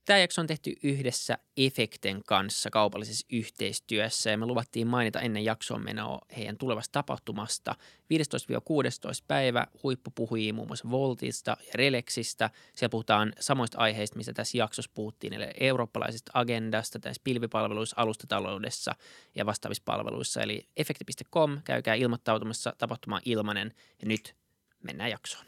Tämä jakso on tehty yhdessä Efecten kanssa kaupallisessa yhteistyössä ja me luvattiin mainita ennen jaksoon menoa heidän tulevasta tapahtumasta. 15-16 päivä huippupuhujia muun muassa Voltista ja Relexistä. Siellä puhutaan samoista aiheista, mistä tässä jaksossa puhuttiin, eli eurooppalaisesta agendasta, tässä pilvipalveluissa, alustataloudessa ja vastaavissa palveluissa. Eli efekti.com, käykää ilmoittautumassa, tapahtuma on ilmainen ja nyt mennään jaksoon.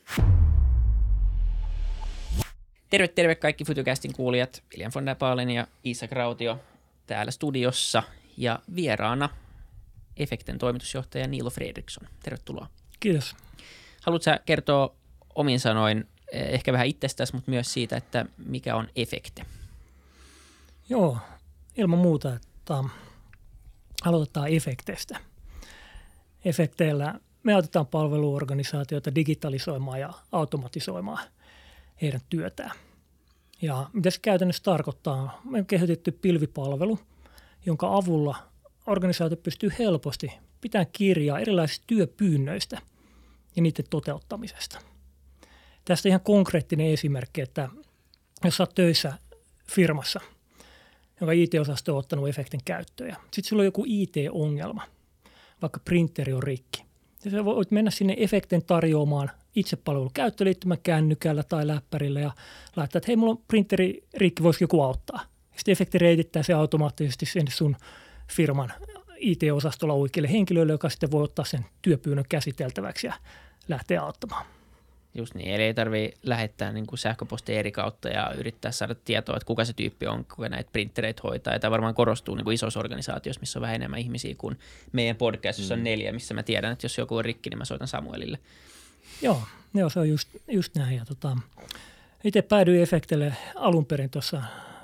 Terve kaikki Futucastin kuulijat, William von der Baalen ja Isak Rautio täällä studiossa ja vieraana Efecten toimitusjohtaja Niilo Fredriksson. Tervetuloa. Kiitos. Haluatko sä kertoa omin sanoin ehkä vähän itsestäsi, mutta myös siitä, että mikä on Efecte? Joo, ilman muuta, että aloitetaan Efectestä. Efecteillä me autetaan palveluorganisaatioita digitalisoimaan ja automatisoimaan heidän työtään. Ja mitä se käytännössä tarkoittaa? Me on kehitetty pilvipalvelu, jonka avulla organisaatio pystyy helposti pitämään kirjaa erilaisista työpyynnöistä ja niiden toteuttamisesta. Tästä ihan konkreettinen esimerkki, että jos olet töissä firmassa, jonka IT-osasto on ottanut Efecten käyttöön ja sitten sulla on joku IT-ongelma, vaikka printeri on rikki. Ja sä voit mennä sinne Efecten tarjoamaan itsepalvelun käyttöliittymän kännykällä tai läppärillä ja laittaa, että hei, mulla on printeri rikki, voisi joku auttaa. Sitten Efecte reitittää se automaattisesti sen sun firman IT-osastolla oikealle henkilölle, joka sitten voi ottaa sen työpyynnön käsiteltäväksi ja lähteä auttamaan. Just niin, eli ei tarvitse lähettää niin kuin sähköpostia eri kautta ja yrittää saada tietoa, että kuka se tyyppi on, kuka näitä printtereitä hoitaa. Ja tämä varmaan korostuu niin kuin isossa organisaatiossa, missä on vähän enemmän ihmisiä kuin meidän podcastissa on 4, missä mä tiedän, että jos joku on rikki, niin mä soitan Samuelille. Joo, se on just näin. Ja itse päädyin Efectelle alun perin tuossa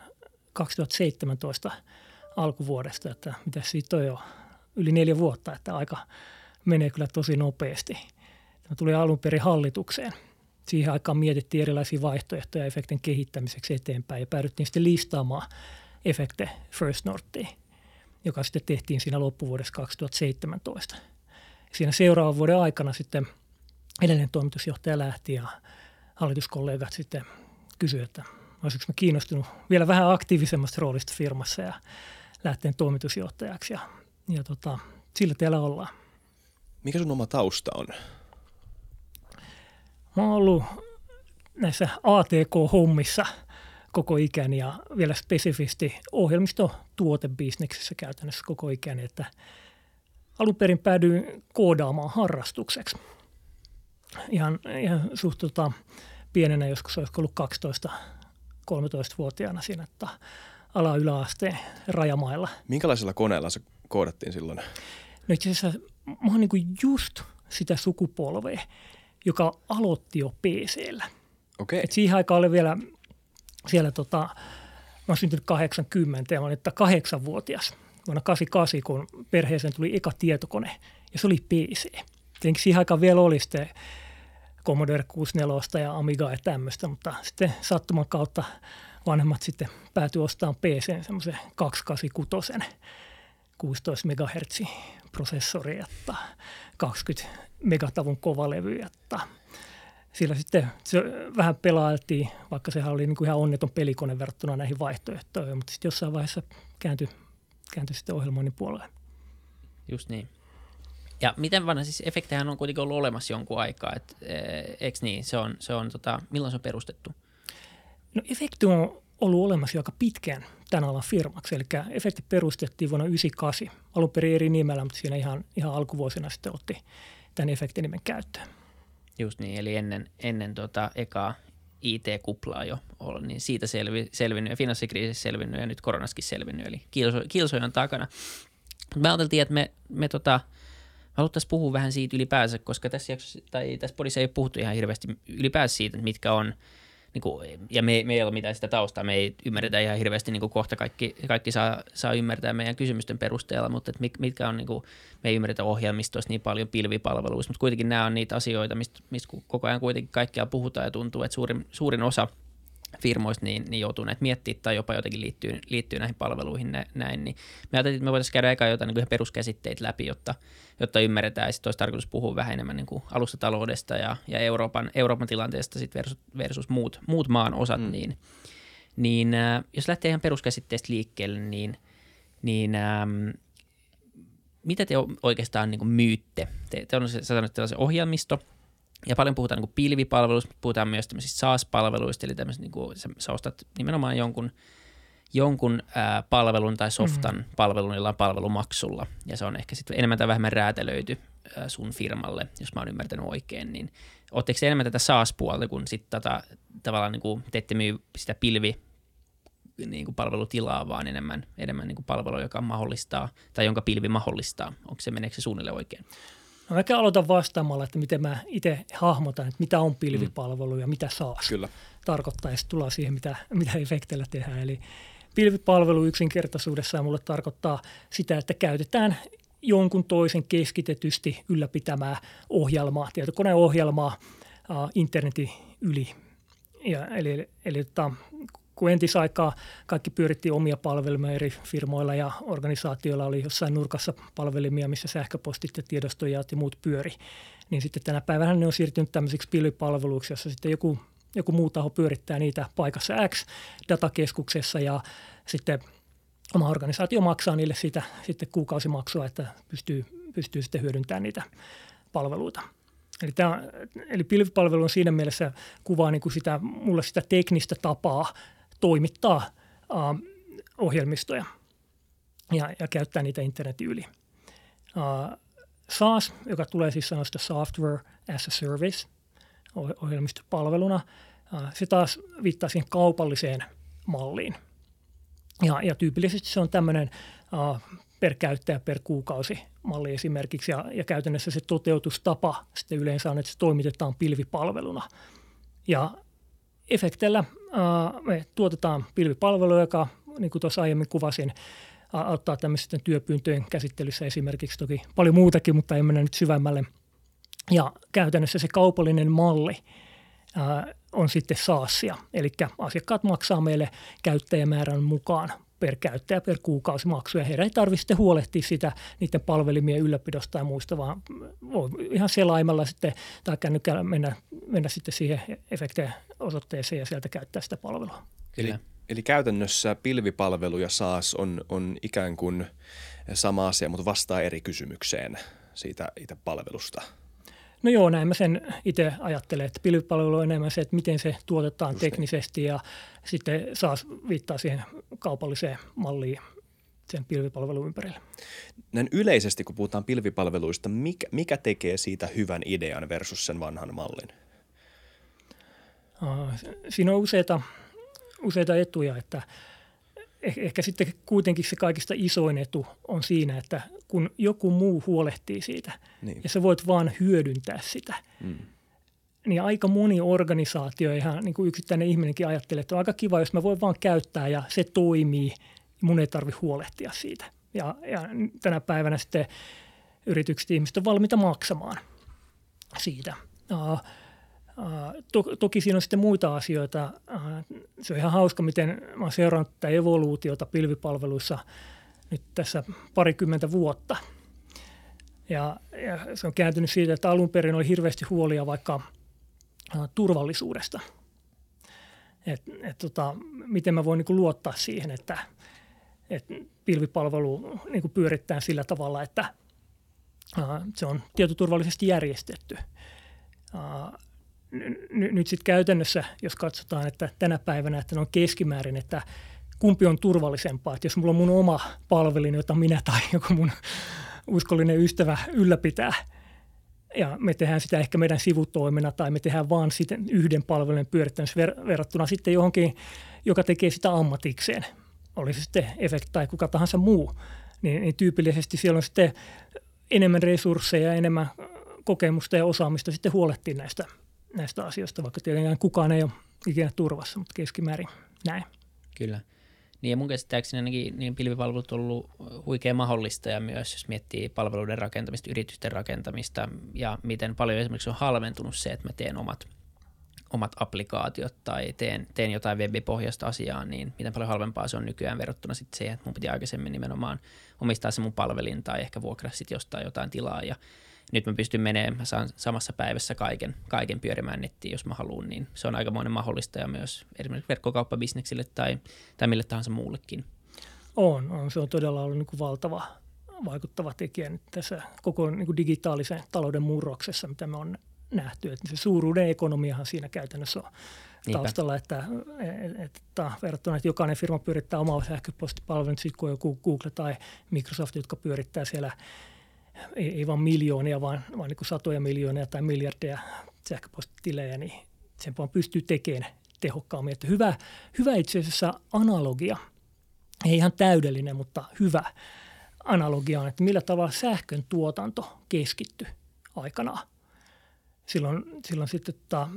2017 alkuvuodesta, että mitä siitä on jo yli 4 vuotta, että aika menee kyllä tosi nopeasti. Mä tulin alun perin hallitukseen. Siihen aikaan mietittiin erilaisia vaihtoehtoja Efecten kehittämiseksi eteenpäin ja päädyttiin sitten listaamaan Efecte First Northiin, joka sitten tehtiin siinä loppuvuodessa 2017. Siinä seuraavan vuoden aikana sitten edellinen toimitusjohtaja lähti ja hallituskollegat sitten kysyivät, että olisiko mä kiinnostunut vielä vähän aktiivisemmasta roolista firmassa ja lähteen toimitusjohtajaksi. Ja sillä teillä ollaan. Mikä sun oma tausta on? Mä oon ollut näissä ATK-hommissa koko ikäni ja vielä spesifisti ohjelmistotuotebisneksessä käytännössä koko ikäni, että alun perin päädyin koodaamaan harrastukseksi. Ihan suht pienenä joskus olisi ollut 12-13-vuotiaana siinä, että ala-yläasteen rajamailla. Minkälaisella koneella se koodattiin silloin? No itse asiassa mä oon niin just sitä sukupolvea, joka aloitti jo PC:llä. Okei. Et siihen aikaan oli vielä siellä, mä oon syntynyt 80 ja mä olin 8-vuotias. Vuonna 88, kun perheeseen tuli eka tietokone ja se oli PC. Tietenkin siihen aikaan vielä oli sitten Commodore 64 ja Amiga ja tämmöistä, mutta sitten sattuman kautta vanhemmat sitten päätyi ostamaan PC:n semmoisen 286 16 MHz prosessori, että 20 megatavun kovalevy, että sillä sitten se vähän pelailtiin, vaikka sehän oli niin kuin ihan onneton pelikone verrattuna näihin vaihtoehtoihin, mutta sitten jossain vaiheessa kääntyi sitten ohjelmoinnin puolelle. Just niin. Ja miten vanha, siis Efectehän on kuitenkin ollut olemassa jonkun aikaa, eikö niin? Milloin se on perustettu? No Efecte on ollut olemassa jo aika pitkään tämän alan firmaksi, eli Efecte perustettiin vuonna 1998, alun perin eri nimellä, mutta siinä ihan alkuvuosina sitten otti tämän Efecte-nimen käyttöön. Just niin, eli ennen ekaa IT-kuplaa jo ollut, niin siitä selvinnyt ja finanssikriisissä selvinnyt ja nyt koronaskin selvinnyt, eli kilsoja on takana. Me ajateltiin, että me haluttaisiin puhua vähän siitä ylipäänsä, koska tässä jaksossa tai tässä podissa ei ole puhuttu ihan hirveästi ylipäänsä siitä, että mitkä on, niin kuin, ja me ei ole mitään sitä taustaa, me ei ymmärretä ihan hirveästi, niin kuin kohta kaikki saa ymmärtää meidän kysymysten perusteella, mutta että mitkä on, niin kuin, me ei ymmärretä ohjelmistoista niin paljon pilvipalveluista, mutta kuitenkin nämä on niitä asioita, mistä koko ajan kuitenkin kaikkea puhutaan ja tuntuu, että suurin osa firmoista niin joutuu näitä miettimään tai jopa jotenkin liittyy näihin palveluihin näin, niin me ajattelin, että me voitaisiin käydä eka jotain niin peruskäsitteitä läpi, jotta ymmärretään ja sitten olisi tarkoitus puhua vähän enemmän niin kuin alustataloudesta ja Euroopan tilanteesta sit versus muut maan osat, Niin jos lähtee ihan peruskäsitteestä liikkeelle, niin mitä te oikeastaan niin kuin myytte? Te on tällaisen ohjelmisto, ja paljon puhutaan niin kuin pilvipalveluista, mutta puhutaan myös tämmöisistä SaaS-palveluista, eli tämmöisistä, niin kuin sä ostat nimenomaan jonkun palvelun tai softan palvelun jollain palvelumaksulla, ja se on ehkä sitten enemmän tai vähemmän räätälöity sun firmalle, jos mä oon ymmärtänyt oikein, niin ootteko te enemmän tätä SaaS-puolta, kun sitten tavallaan niin kuin te ette myy sitä niin kuin palvelutilaa, vaan enemmän niin kuin palvelu, joka mahdollistaa, tai jonka pilvi mahdollistaa. Meneekö se suunnilleen oikein? No mä aloitan vastaamalla, että miten mä itse hahmotan, että mitä on pilvipalvelu ja mitä SaaS tarkoittaa, ja sitten tullaan siihen, mitä efekteillä tehdään. Eli pilvipalvelu yksinkertaisuudessaan mulle tarkoittaa sitä, että käytetään jonkun toisen keskitetysti ylläpitämää ohjelmaa, tietokoneohjelmaa internetin yli. Eli kun entisaikaa kaikki pyörittiin omia palvelimia eri firmoilla ja organisaatioilla oli jossain nurkassa palvelimia, missä sähköpostit ja tiedostojat ja muut pyöri, niin sitten tänä päivänä ne on siirtynyt tämmöisiksi pilvipalveluiksi, jossa sitten joku muu taho pyörittää niitä paikassa X datakeskuksessa ja sitten oma organisaatio maksaa niille siitä sitten kuukausimaksua, että pystyy sitten hyödyntämään niitä palveluita. Eli pilvipalvelu on siinä mielessä kuvaa niin kuin mulle sitä teknistä tapaa toimittaa ohjelmistoja ja käyttää niitä internetin yli. SaaS, joka tulee siis sanoista Software as a Service ohjelmistopalveluna, se taas viittaa siihen kaupalliseen malliin. Ja tyypillisesti se on tämmöinen per käyttäjä per kuukausi malli esimerkiksi, ja käytännössä se toteutustapa sitten yleensä on, että se toimitetaan pilvipalveluna. Ja efekteillä me tuotetaan pilvipalvelu, joka, niin kuin tuossa aiemmin kuvasin, auttaa tämmöisten työpyyntöjen käsittelyssä esimerkiksi, toki paljon muutakin, mutta ei mennä nyt syvemmälle. Ja käytännössä se kaupallinen malli on sitten SaaSia, eli asiakkaat maksaa meille käyttäjämäärän mukaan per käyttäjä per kuukausimaksu, ja heidän ei tarvitse sitten huolehtia sitä niiden palvelimien ylläpidosta ja muista, vaan voi ihan selaimella sitten tai kännykällä mennä sitten siihen efekteen osoitteeseen ja sieltä käyttää sitä palvelua. Eli käytännössä pilvipalvelu ja SaaS on ikään kuin sama asia, mutta vastaa eri kysymykseen siitä itse palvelusta. No joo, näin mä sen itse ajattelen, että pilvipalvelu on enemmän se, että miten se tuotetaan just teknisesti ja sitten SaaS viittaa siihen kaupalliseen malliin sen pilvipalvelun ympärille. Näin yleisesti, kun puhutaan pilvipalveluista, mikä tekee siitä hyvän idean versus sen vanhan mallin? Siinä on useita etuja, että ehkä sitten kuitenkin se kaikista isoin etu on siinä, että kun joku muu huolehtii siitä ja sä voit vaan hyödyntää sitä, niin aika moni organisaatio, ihan niin kuin yksittäinen ihminenkin ajattelee, että on aika kiva, jos mä voin vaan käyttää ja se toimii, mun ei tarvitse huolehtia siitä. Ja tänä päivänä sitten yritykset ihmiset on valmiita maksamaan siitä. Toki siinä on sitten muita asioita. Se on ihan hauska, miten mä oon seurannut tätä evoluutiota pilvipalveluissa nyt tässä 20 vuotta. Ja se on kääntynyt siitä, että alun perin oli hirveästi huolia vaikka turvallisuudesta. Miten mä voin niin luottaa siihen, että pilvipalvelu niin pyörittää sillä tavalla, että se on tietoturvallisesti järjestetty. Nyt sitten käytännössä, jos katsotaan, että tänä päivänä, että ne on keskimäärin, että kumpi on turvallisempaa. Että jos mulla on mun oma palvelin, jota minä tai joku mun uskollinen ystävä ylläpitää, ja me tehdään sitä ehkä meidän sivutoimena, tai me tehdään vaan sitten yhden palvelun pyörittämistä verrattuna sitten johonkin, joka tekee sitä ammatikseen, oli se sitten Efect tai kuka tahansa muu, niin tyypillisesti siellä on sitten enemmän resursseja, enemmän kokemusta ja osaamista sitten huolehtia näistä asioista, vaikka tietenkään kukaan ei ole ikinä turvassa, mutta keskimäärin näin. Kyllä. Niin ja mun käsittääkseni ainakin niin pilvipalvelut on ollut huikea mahdollista ja myös jos miettii palveluiden rakentamista, yritysten rakentamista ja miten paljon esimerkiksi on halventunut se, että mä teen omat applikaatiot tai teen jotain web-pohjaista asiaa, niin miten paljon halvempaa se on nykyään verrattuna sitten siihen, että mun piti aikaisemmin nimenomaan omistaa se mun palvelin tai ehkä vuokraa sitten jostain jotain tilaa ja Nyt mä pystyn menemään, mä saan samassa päivässä kaiken pyörimään nettiin, jos mä haluan, niin se on aikamoinen mahdollistaja myös esimerkiksi verkkokauppabisneksille tai mille tahansa muullekin. On. Se on todella ollut niin kuin valtava vaikuttava tekijä nyt tässä koko niin kuin digitaalisen talouden murroksessa, mitä me on nähty. Että se suuruuden ekonomiahan siinä käytännössä on taustalla, että verrattuna, että jokainen firma pyörittää omaa sähköpostipalvelun, sitten kun on joku Google tai Microsoft, jotka pyörittää siellä ei vain miljoonia, vaan niin kuin satoja miljoonia tai miljardeja sähköpostitilejä, niin sen vaan pystyy tekemään tehokkaammin. Että hyvä itse asiassa analogia, ei ihan täydellinen, mutta hyvä analogia on, että millä tavalla sähkön tuotanto keskittyi aikanaan. Silloin sitten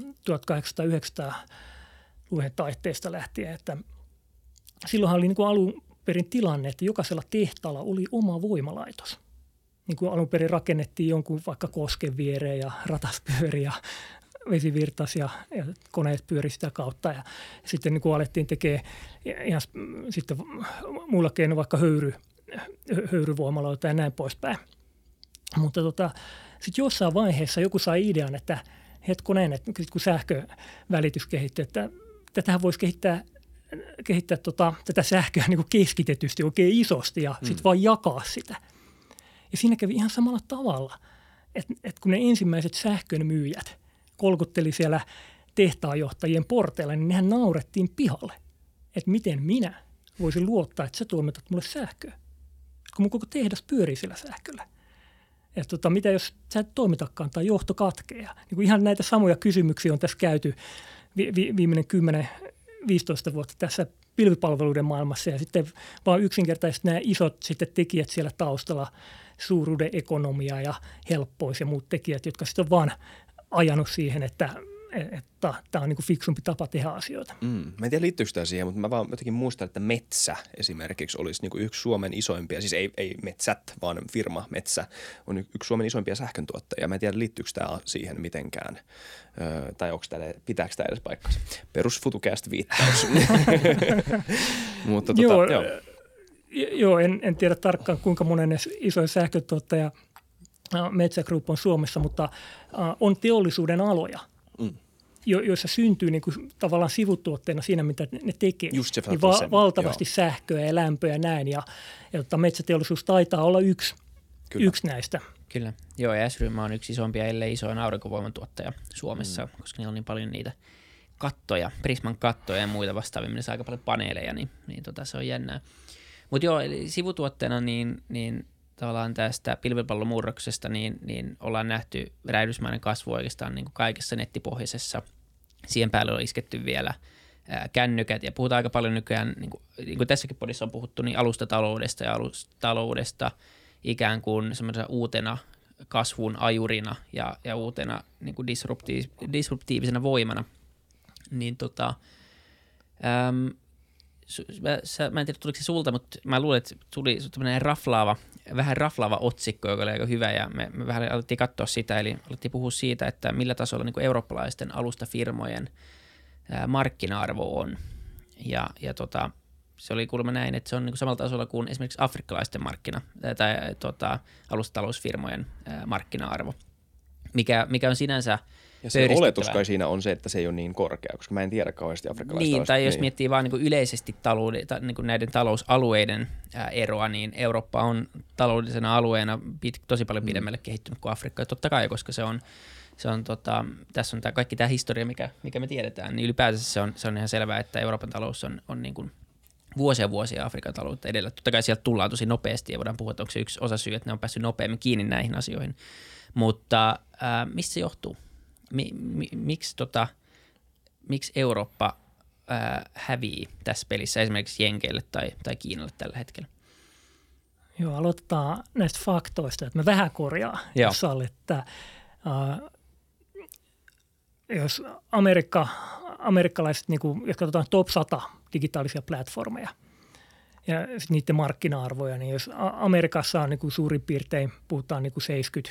1890-luvun taitteesta lähtien, että silloinhan oli niin kuin alun perin tilanne, että jokaisella tehtaalla oli oma voimalaitos. Niin kuin alun perin rakennettiin jonkun vaikka kosken viereen ja ratas pyöri ja vesi virtasi ja koneet pyöri sitä kautta. Ja sitten niin kuin alettiin tekemään ihan sitten muilla keinoin vaikka höyryvoimaloita ja näin poispäin. Mutta sitten jossain vaiheessa joku sai idean, että hetkonen, että kun sähkövälitys kehittyi, että tätähän voisi kehittää tätä sähköä niin kuin keskitetysti oikein isosti ja sitten vaan jakaa sitä. Ja siinä kävi ihan samalla tavalla, että kun ne ensimmäiset sähkön myyjät kolkutteli siellä tehtaanjohtajien porteilla, niin nehän naurettiin pihalle, että miten minä voisin luottaa, että sä toimitat mulle sähköä, kun mun koko tehdas pyörii sillä sähköllä. Että mitä jos sä et toimitakaan tai johto katkeaa? Niin kuin ihan näitä samoja kysymyksiä on tässä käyty viimeinen 10-15 vuotta tässä pilvipalveluiden maailmassa ja sitten vaan yksinkertaisesti nämä isot sitten tekijät siellä taustalla, suuruuden ekonomia ja helppous ja muut tekijät, jotka sitten on vaan ajanut siihen, että tämä on niin kuin fiksumpi tapa tehdä asioita. Mä en tiedä liittyykö tämä siihen, mutta mä vaan jotenkin muistan, että Metsä esimerkiksi olisi niin kuin yksi Suomen isoimpia, siis ei Metsät, vaan firma Metsä on yksi Suomen isoimpia sähköntuottajia. Mä en tiedä liittyykö tämä siihen mitenkään, tai pitääkö tämä edes paikkansa. Perus FutuCast-viittaus. Mutta Joo, en tiedä tarkkaan kuinka monen isoin sähköntuottaja Metsä Group on Suomessa, mutta on teollisuuden aloja, joissa syntyy niin kuin tavallaan sivutuotteena siinä, mitä ne tekee. Just se niin valtavasti sähköä ja lämpöä ja näin. Ja metsäteollisuus taitaa olla yksi näistä. Kyllä. Joo, ja S-ryhmä on yksi isompia, ellei isoin aurinkovoiman tuottaja Suomessa, koska niillä on niin paljon niitä kattoja, Prisman kattoja ja muita vastaavia, missä aika paljon paneeleja, niin se on jännää. Mutta joo, eli sivutuotteena niin tavallaan tästä pilvipallomurroksesta niin ollaan nähty räjähdysmäinen kasvu oikeastaan niin kuin kaikessa nettipohjaisessa. Siihen päälle on isketty vielä kännykät ja puhutaan aika paljon nykyään, niin kuin tässäkin podissa on puhuttu, niin alustataloudesta ja alustataloudesta ikään kuin semmoisena uutena kasvun ajurina ja uutena niin kuin disruptiivisena voimana. Niin mä en tiedä, tuliko se sulta, mutta mä luulen, että tuli tämmöinen vähän raflaava otsikko, joka oli aika hyvä, ja me vähän alettiin katsoa sitä, eli alettiin puhua siitä, että millä tasolla niin kuin eurooppalaisten alustafirmojen markkina-arvo on. Ja se oli kuulemma näin, että se on niin kuin samalla tasolla kuin esimerkiksi afrikkalaisten alustatalousfirmojen markkina-arvo, mikä on sinänsä ja se oletus kai siinä on se, että se ei ole niin korkea, koska mä en tiedä kauheasti afrikkalaista. Niin, tai jos miettii vaan niin kuin yleisesti niin kuin näiden talousalueiden eroa, niin Eurooppa on taloudellisena alueena tosi paljon pidemmälle kehittynyt kuin Afrikka. Ja totta kai, koska tässä on kaikki tämä historia, mikä me tiedetään, niin ylipäätänsä se on ihan selvää, että Euroopan talous on niin kuin vuosia Afrikan taloutta edellä. Totta kai sieltä tullaan tosi nopeasti ja voidaan puhua, että onko se yksi osa syy, että ne on päässyt nopeammin kiinni näihin asioihin. Mutta mistä se johtuu? Miksi Eurooppa hävii tässä pelissä esimerkiksi Jenkeille tai Kiinalle tällä hetkellä? Joo, aloitetaan näistä faktoista, että mä vähän korjaan, jos sallit, että jos amerikkalaiset, niin kuin, jos katsotaan top 100 digitaalisia platformeja ja niiden markkina-arvoja, niin jos Amerikassa on niin kuin suurin piirtein, puhutaan niin kuin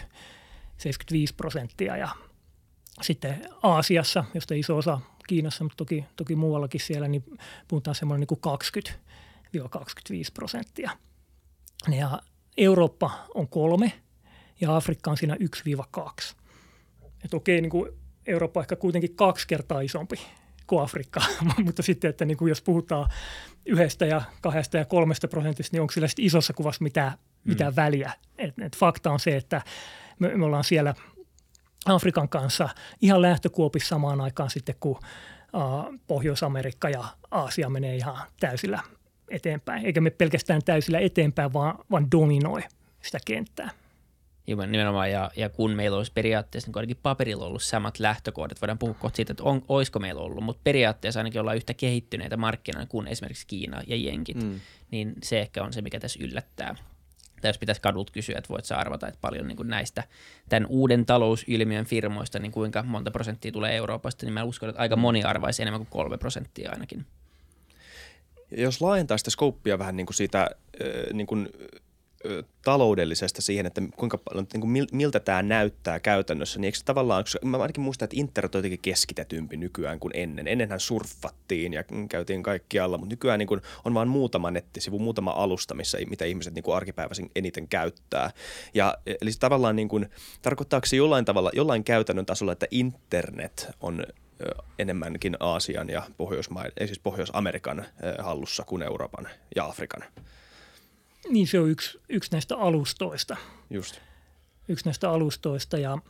75% ja sitten Aasiassa, josta iso osa Kiinassa, mutta toki muuallakin siellä, niin puhutaan semmoinen niin kuin 20-25%. Ja Eurooppa on 3 ja Afrikka on siinä 1-2. Että okei, niin kuin Eurooppa on ehkä kuitenkin 2 kertaa isompi kuin Afrikka, mutta sitten, että niin kuin jos puhutaan 1 ja 2 ja 3%, niin onko sillä sitten isossa kuvassa mitään väliä. Et fakta on se, että me ollaan siellä Afrikan kanssa ihan lähtökuopissa samaan aikaan sitten, kun Pohjois-Amerikka ja Aasia menee ihan täysillä eteenpäin. Eikä me pelkästään täysillä eteenpäin, vaan dominoi sitä kenttää. Nimenomaan, ja kun meillä olisi periaatteessa niin ainakin paperilla ollut samat lähtökohdat, voidaan puhua kohta siitä, että olisiko meillä ollut, mutta periaatteessa ainakin ollaan yhtä kehittyneitä markkinoita kuin esimerkiksi Kiina ja Jenkit, niin se ehkä on se, mikä tässä yllättää. Tai jos pitäisi kadulta kysyä, että voit sä arvata, että paljon niin kuin näistä tämän uuden talousilmiön firmoista, niin kuinka monta prosenttia tulee Euroopasta, niin mä uskon, että aika moni arvaisi enemmän kuin 3% ainakin. Ja jos laajentaa sitä skouppia vähän niin kuin siitä niin kuin taloudellisesta siihen, että kuinka paljon, niin kuin miltä tämä näyttää käytännössä, niin eikö tavallaan, mä ainakin muistan, että internet on jotenkin keskitetympi nykyään kuin ennen. Ennenhän surffattiin ja käytiin kaikkialla, mutta nykyään niin kuin on vain muutama nettisivu, muutama alusta, mitä ihmiset niin kuin arkipäiväisen eniten käyttää. Ja eli se tavallaan niin kuin, tarkoittaako se jollain käytännön tasolla, että internet on enemmänkin Aasian ja Pohjois-Amerikan hallussa kuin Euroopan ja Afrikan? Niin se on yksi näistä alustoista. Just. Yksi näistä alustoista ja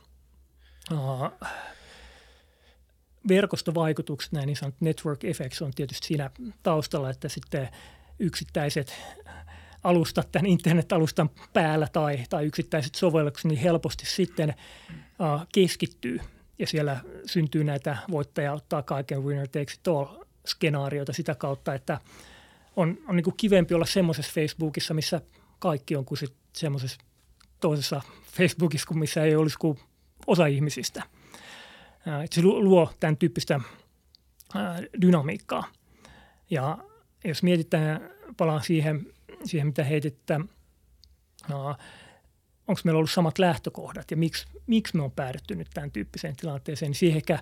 verkostovaikutukset, näin niin sanotut network effects on tietysti siinä taustalla, että sitten yksittäiset alustat tämän internet-alustan päällä tai yksittäiset sovellukset niin helposti sitten keskittyy ja siellä syntyy näitä voittaja ottaa kaiken winner takes it all -skenaarioita sitä kautta, että on niin kuin kivempi olla semmoisessa Facebookissa, missä kaikki on, kuin semmoisessa toisessa Facebookissa, kuin missä ei olisi kuin osa ihmisistä. Se luo tämän tyyppistä dynamiikkaa. Ja jos mietitään, palaan siihen mitä heitettä, onko meillä ollut samat lähtökohdat ja miksi me on päädytty nyt tämän tyyppiseen tilanteeseen, niin siihen ehkä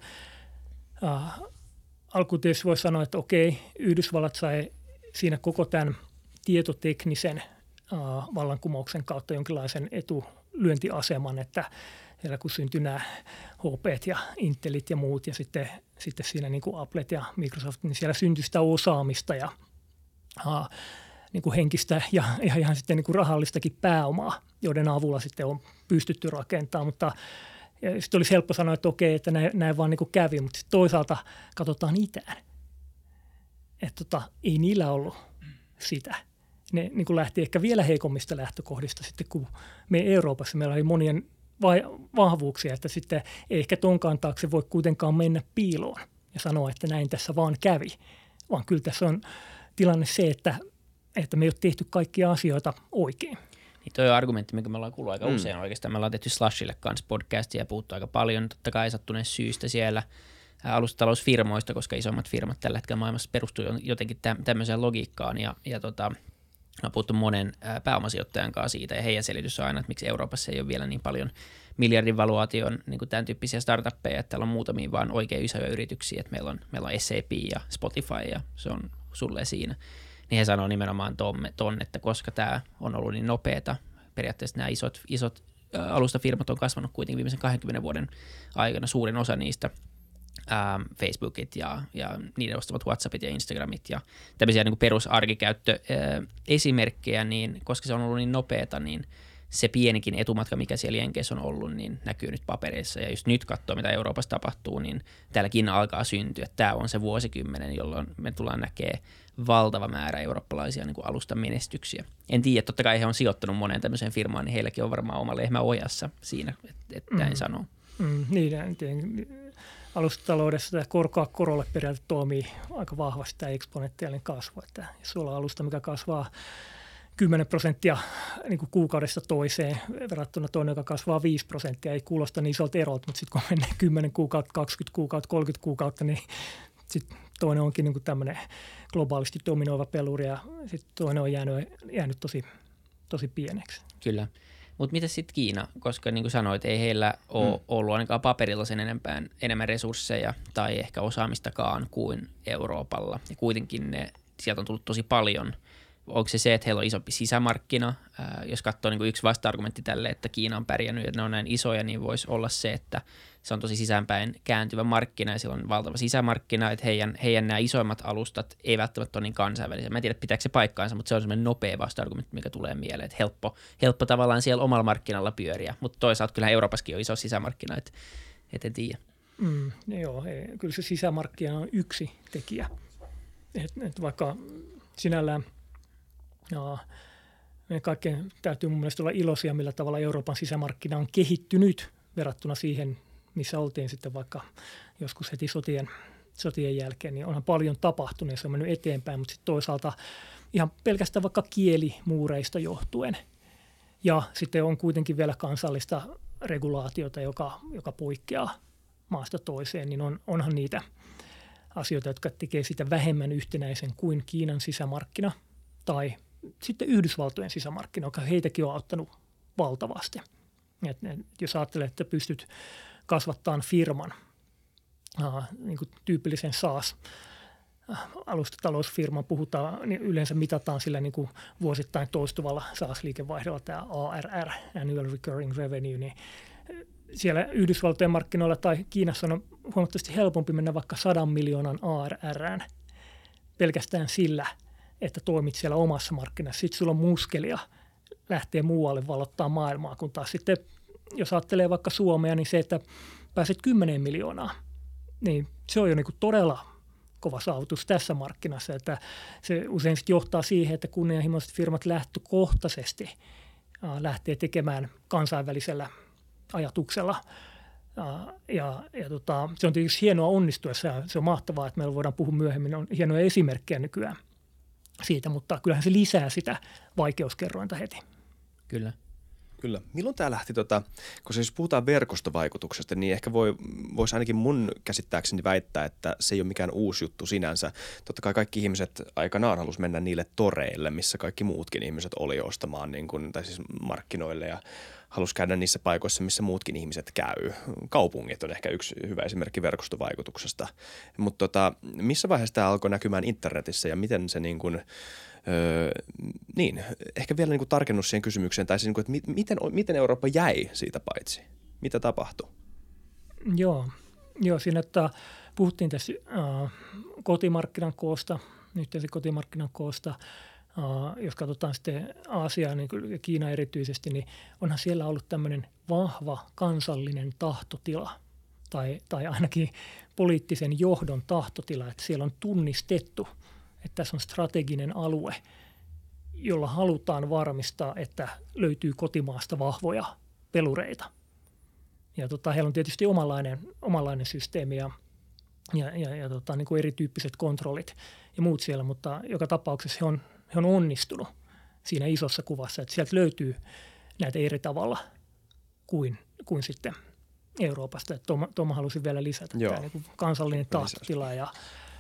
alkuun tietysti voi sanoa, että okei, Yhdysvallat sai siinä koko tämän tietoteknisen vallankumouksen kautta jonkinlaisen etulyöntiaseman, että siellä kun syntyi nämä HP:t ja Intelit ja muut ja sitten siinä niin kuin Applet ja Microsoft, niin siellä syntyi sitä osaamista ja niin kuin henkistä ja ihan sitten niin kuin rahallistakin pääomaa, joiden avulla sitten on pystytty rakentamaan, mutta sitten olisi helppo sanoa, että okei, että näin vaan niin kuin kävi, mutta toisaalta katsotaan itään. Että ei niillä ollut sitä. Ne niin kuin lähti ehkä vielä heikommista lähtökohdista sitten, kun me Euroopassa meillä oli monien vahvuuksia, että sitten ei ehkä tonkaan taakse voi kuitenkaan mennä piiloon ja sanoa, että näin tässä vaan kävi, vaan kyllä tässä on tilanne se, että me ei ole tehty kaikkia asioita oikein. Niin toi on argumentti, mikä me ollaan kuullut aika usein oikeastaan. Me ollaan tehty Slushille kanssa podcastia ja puhuttu aika paljon, totta kai sattuneesta syystä siellä alustatalousfirmoista, koska isommat firmat tällä hetkellä maailmassa perustuu jotenkin tämmöiseen logiikkaan ja on puhuttu monen pääomasijoittajan kanssa siitä ja heidän selitys on aina, että miksi Euroopassa ei ole vielä niin paljon miljardin valuaation niin kuin tämän tyyppisiä startuppeja, että täällä on muutamia vaan oikein isoja yrityksiä, että meillä on SAP ja Spotify ja se on sulle siinä. Niin he sanoo nimenomaan ton, että koska tämä on ollut niin nopeata, periaatteessa nämä isot alustafirmat on kasvanut kuitenkin viimeisen 20 vuoden aikana, suurin osa niistä Facebookit ja niiden ostavat WhatsAppit ja Instagramit ja tämmöisiä niin kuin perusarkikäyttöesimerkkejä, niin koska se on ollut niin nopeata, niin se pienikin etumatka, mikä siellä Jenkeissä on ollut, niin näkyy nyt papereissa. Ja just nyt katsoo, mitä Euroopassa tapahtuu, niin täälläkin alkaa syntyä. Tämä on se vuosikymmenen, jolloin me tullaan näkemään valtava määrä eurooppalaisia niin kuin alustan menestyksiä. En tiedä, totta kai he on sijoittanut moneen tämmöiseen firmaan, niin heilläkin on varmaan oma lehmä ojassa siinä, että näin sanoo. Niin, alustataloudessa tämä korkoa korolle periaate toimii aika vahvasti tämä eksponentiaalinen kasvu. Että jos sulla on alusta, mikä kasvaa 10% niin kuin kuukaudesta toiseen verrattuna toinen, joka kasvaa 5%, ei kuulosta niin isolta erolta, mutta sitten kun menee 10 kuukautta, 20 kuukautta, 30 kuukautta, niin sitten toinen onkin niin kuin tämmöinen globaalisti dominoiva peluri ja sitten toinen on jäänyt tosi pieneksi. Kyllä. Mutta mitä sitten Kiina, koska niin kuin sanoit, ei heillä ole ollut ainakaan paperilla sen enemmän resursseja tai ehkä osaamistakaan kuin Euroopalla. Ja kuitenkin sieltä on tullut tosi paljon onko se, että heillä on isompi sisämarkkina? Jos katsoo niin kuin yksi vasta-argumentti tälle, että Kiina on pärjännyt, että ne on näin isoja, niin voisi olla se, että se on tosi sisäänpäin kääntyvä markkina ja sillä on valtava sisämarkkina, että heidän nämä isoimmat alustat ei välttämättä ole niin kansainvälisiä. Mä en tiedä, pitääkö se paikkaansa, mutta se on semmoinen nopea vasta-argumentti, mikä tulee mieleen, että helppo tavallaan siellä omalla markkinalla pyöriä, mutta toisaalta kyllähän Euroopassakin on iso sisämarkkina, että en tiedä. Joo, kyllä se sisämarkkina on yksi tekijä. Et vaikka sinällään meidän kaikkien täytyy mun mielestä olla iloisia, millä tavalla Euroopan sisämarkkina on kehittynyt verrattuna siihen, missä oltiin sitten vaikka joskus heti sotien jälkeen, niin onhan paljon tapahtunut ja se on mennyt eteenpäin, mutta sitten toisaalta ihan pelkästään vaikka kielimuureista johtuen. Ja sitten on kuitenkin vielä kansallista regulaatiota, joka poikkeaa maasta toiseen, niin onhan niitä asioita, jotka tekee sitä vähemmän yhtenäisen kuin Kiinan sisämarkkina tai sitten Yhdysvaltojen sisämarkkina, joka heitäkin on auttanut valtavasti. Jos ajattelee, että pystyt kasvattamaan firman, niin kuin tyypillisen SaaS-alustatalousfirman puhutaan, niin yleensä mitataan sillä niin kuin vuosittain toistuvalla SaaS-liikevaihdolla tämä ARR, Annual Recurring Revenue, niin siellä Yhdysvaltojen markkinoilla tai Kiinassa on huomattavasti helpompi mennä vaikka 100 miljoonan ARRään pelkästään sillä, että toimit siellä omassa markkinassa. Sitten sulla on muskelia lähtee muualle valottaa maailmaa, kun taas sitten, jos ajattelee vaikka Suomea, niin se, että pääset 10 miljoonaa, niin se on jo niin kuin todella kova saavutus tässä markkinassa. Että se usein sitten johtaa siihen, että kunnianhimoiset firmat lähtökohtaisesti lähtee tekemään kansainvälisellä ajatuksella. Se on tietysti hienoa onnistuessa ja se on mahtavaa, että meillä voidaan puhua myöhemmin. On hienoja esimerkkejä nykyään siitä, mutta kyllähän se lisää sitä vaikeuskerrointa heti. Kyllä. Milloin tämä lähti, kun siis puhutaan verkostovaikutuksesta, niin ehkä voisi ainakin mun käsittääkseni väittää, että se ei ole mikään uusi juttu sinänsä. Totta kai kaikki ihmiset aikanaan halusi mennä niille toreille, missä kaikki muutkin ihmiset oli ostamaan, tai siis markkinoille ja halusi käydä niissä paikoissa, missä muutkin ihmiset käy. Kaupungit on ehkä yksi hyvä esimerkki verkostovaikutuksesta. Mutta missä vaiheessa tämä alkoi näkymään internetissä ja miten se ehkä vielä tarkennus siihen kysymykseen, tai siis, että miten Eurooppa jäi siitä paitsi? Mitä tapahtui? Joo siinä, että puhuttiin tässä kotimarkkinan koosta, yhteisen kotimarkkinan koosta. Jos katsotaan sitten Aasiaa niin ja Kiina erityisesti, niin onhan siellä ollut tämmöinen vahva kansallinen tahtotila tai ainakin poliittisen johdon tahtotila, että siellä on tunnistettu, että tässä on strateginen alue, jolla halutaan varmistaa, että löytyy kotimaasta vahvoja pelureita. Ja heillä on tietysti omanlainen systeemi ja niin kuin erityyppiset kontrollit ja muut siellä, mutta joka tapauksessa he on onnistunut siinä isossa kuvassa, että sieltä löytyy näitä eri tavalla kuin sitten Euroopasta. Tuo halusin vielä lisätä, tämä niin kuin kansallinen tahtotila ja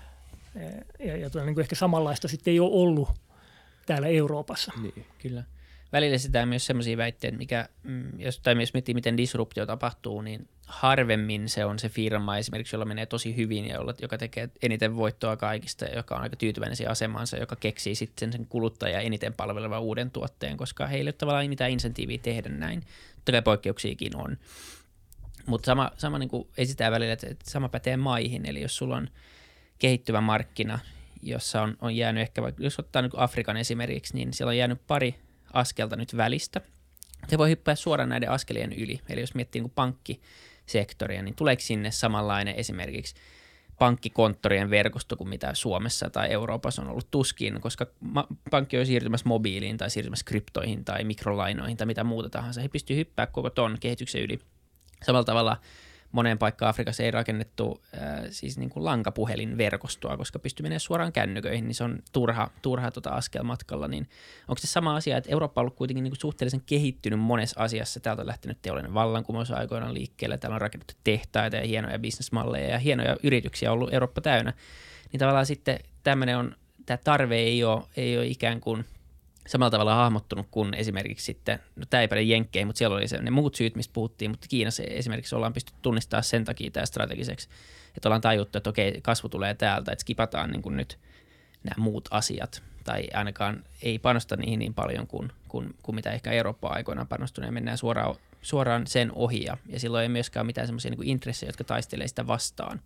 niin kuin ehkä samanlaista sitten ei ole ollut täällä Euroopassa. Niin, kyllä. Välillä sitä myös sellaisia väitteitä, jos miettii, miten disruptio tapahtuu, niin harvemmin se on se firma esimerkiksi, jolla menee tosi hyvin ja joka tekee eniten voittoa kaikista ja joka on aika tyytyväinen siihen asemaansa, joka keksii sitten sen kuluttajaa eniten palvelevan uuden tuotteen, koska heillä ei ole tavallaan mitään insentiiviä tehdä näin. Totta kai poikkeuksiakin on. Mutta sama niin kuin esitään välillä, että sama pätee maihin, eli jos sulla on kehittyvä markkina, jossa on jäänyt ehkä, jos ottaa niin kuin Afrikan esimerkiksi, niin siellä on jäänyt pari askelta nyt välistä. Se voi hyppää suoraan näiden askelien yli. Eli jos miettii niin kuin pankkisektoria, niin tuleeko sinne samanlainen esimerkiksi pankkikonttorien verkosto kuin mitä Suomessa tai Euroopassa on ollut tuskin, koska pankki on siirtymässä mobiiliin tai siirtymässä kryptoihin tai mikrolainoihin tai mitä muuta tahansa. He pystyvät hyppäämään koko ton kehityksen yli. Samalla tavalla moneen paikkaan Afrikassa ei rakennettu siis niin kuin lankapuhelinverkostoa, koska pystyy menemään suoraan kännyköihin, niin se on turha askel matkalla. Niin onko se sama asia, että Eurooppa on ollut kuitenkin niin kuin suhteellisen kehittynyt monessa asiassa? Täältä on lähtenyt teollinen vallankumous aikoinaan liikkeelle, täällä on rakennettu tehtaita ja hienoja bisnesmalleja ja hienoja yrityksiä ollut Eurooppa täynnä. Niin tavallaan sitten tämä tarve ei ole ikään kuin samalla tavalla hahmottunut kuin esimerkiksi sitten, no tämä ei päde jenkkeihin, mutta siellä oli ne muut syyt, mistä puhuttiin, mutta Kiinassa esimerkiksi ollaan pystytty tunnistamaan sen takia tämä strategiseksi, että ollaan tajuttu, että okei, kasvu tulee täältä, että skipataan niin kuin nyt nämä muut asiat. tai ainakaan ei panosta niihin niin paljon kuin mitä ehkä Eurooppa on aikoinaan panostunut, ja mennään suoraan sen ohi, ja silloin ei myöskään ole mitään semmoisia niin intressejä, jotka taistelee sitä vastaan.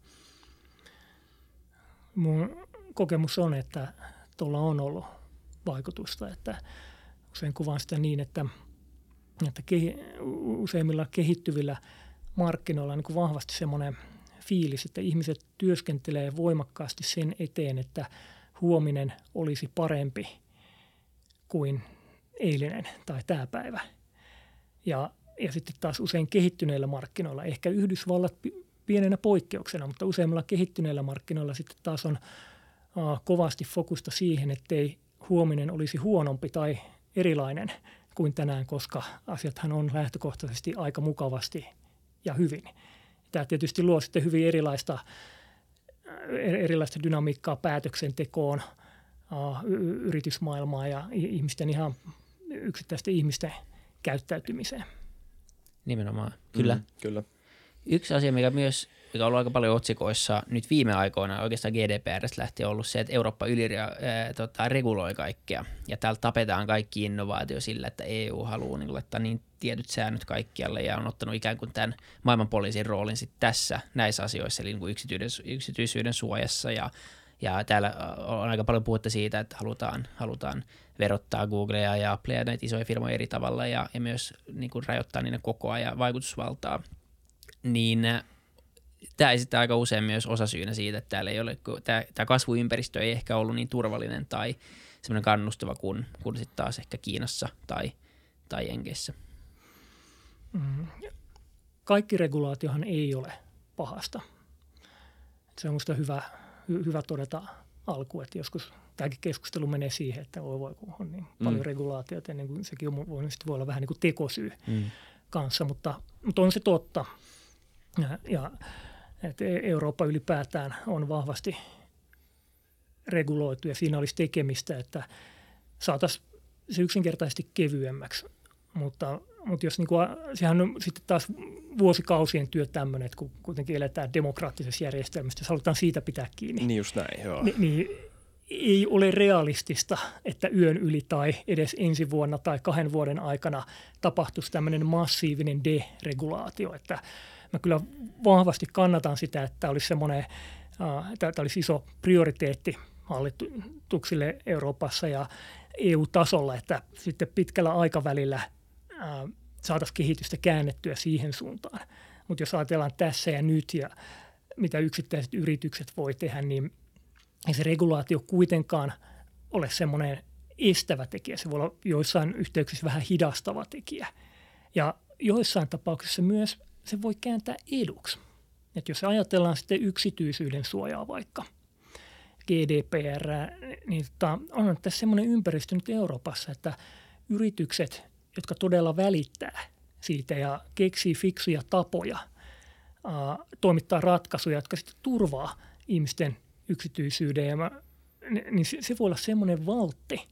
Mun kokemus on, että tuolla on ollut vaikutusta, että usein kuvaan sitä niin, että useimmilla kehittyvillä markkinoilla on niin kuin vahvasti semmoinen fiilis, että ihmiset työskentelee voimakkaasti sen eteen, että huominen olisi parempi kuin eilinen tai tämä päivä. Ja sitten taas usein kehittyneillä markkinoilla, ehkä Yhdysvallat pienenä poikkeuksena, mutta useimmilla kehittyneillä markkinoilla sitten taas on kovasti fokusta siihen, ettei huominen olisi huonompi tai erilainen kuin tänään, koska asiathan on lähtökohtaisesti aika mukavasti ja hyvin. Tämä tietysti luo sitten hyvin erilaista dynamiikkaa päätöksentekoon, yritysmaailmaa ja ihmisten ihan yksittäisten ihmisten käyttäytymiseen. Nimenomaan, kyllä. Kyllä. Yksi asia, mikä on ollut aika paljon otsikoissa nyt viime aikoina, oikeastaan GDPR:stä lähtien ollut se, että Eurooppa reguloi kaikkea. Ja täällä tapetaan kaikki innovaatio sillä, että EU haluaa niin laittaa niin tietyt säännöt kaikkialle ja on ottanut ikään kuin tämän maailman poliisin roolin sitten näissä asioissa, eli niin kuin yksityisyyden suojassa. Ja täällä on aika paljon puhetta siitä, että halutaan verottaa Googlea ja Applea ja näitä isoja firmoja eri tavalla ja myös niin kuin rajoittaa niiden kokoa ja vaikutusvaltaa. Niin tämä esittää aika usein myös osasyynä siitä, että täällä ei ole, tämä kasvuympäristö ei ehkä ollut niin turvallinen tai semmoinen kannustava kuin sitten taas ehkä Kiinassa tai Jenkeissä. Kaikki regulaatiohan ei ole pahasta. Se on minusta hyvä todeta alkuun, että joskus tämäkin keskustelu menee siihen, että kun on niin paljon regulaatioita, niin kuin sekin voi olla vähän niin kuin tekosyy kanssa, mutta on se totta. Ja että Eurooppa ylipäätään on vahvasti reguloitu ja siinä olisi tekemistä, että saataisiin se yksinkertaisesti kevyemmäksi. Mutta jos niin kuin, sehän on sitten taas vuosikausien työ tämmöinen, että kun kuitenkin eletään demokraattisessa järjestelmässä, jos halutaan siitä pitää kiinni. Niin just näin, joo. Niin ei ole realistista, että yön yli tai edes ensi vuonna tai 2 vuoden aikana tapahtuisi tämmöinen massiivinen deregulaatio, että mä kyllä vahvasti kannatan sitä, että olisi semmoinen, tämä olisi iso prioriteetti hallituksille Euroopassa ja EU-tasolla, että sitten pitkällä aikavälillä saataisiin kehitystä käännettyä siihen suuntaan. Mutta jos ajatellaan tässä ja nyt ja mitä yksittäiset yritykset voi tehdä, niin ei se regulaatio kuitenkaan ole semmoinen estävä tekijä. Se voi olla joissain yhteyksissä vähän hidastava tekijä. Ja joissain tapauksissa myös se voi kääntää eduksi. Että jos ajatellaan sitten yksityisyyden suojaa vaikka GDPR, niin on tässä semmoinen ympäristö nyt Euroopassa, että yritykset, jotka todella välittää siitä ja keksii fiksuja tapoja toimittaa ratkaisuja, jotka sitten turvaa ihmisten yksityisyyden, niin se voi olla semmoinen valtti,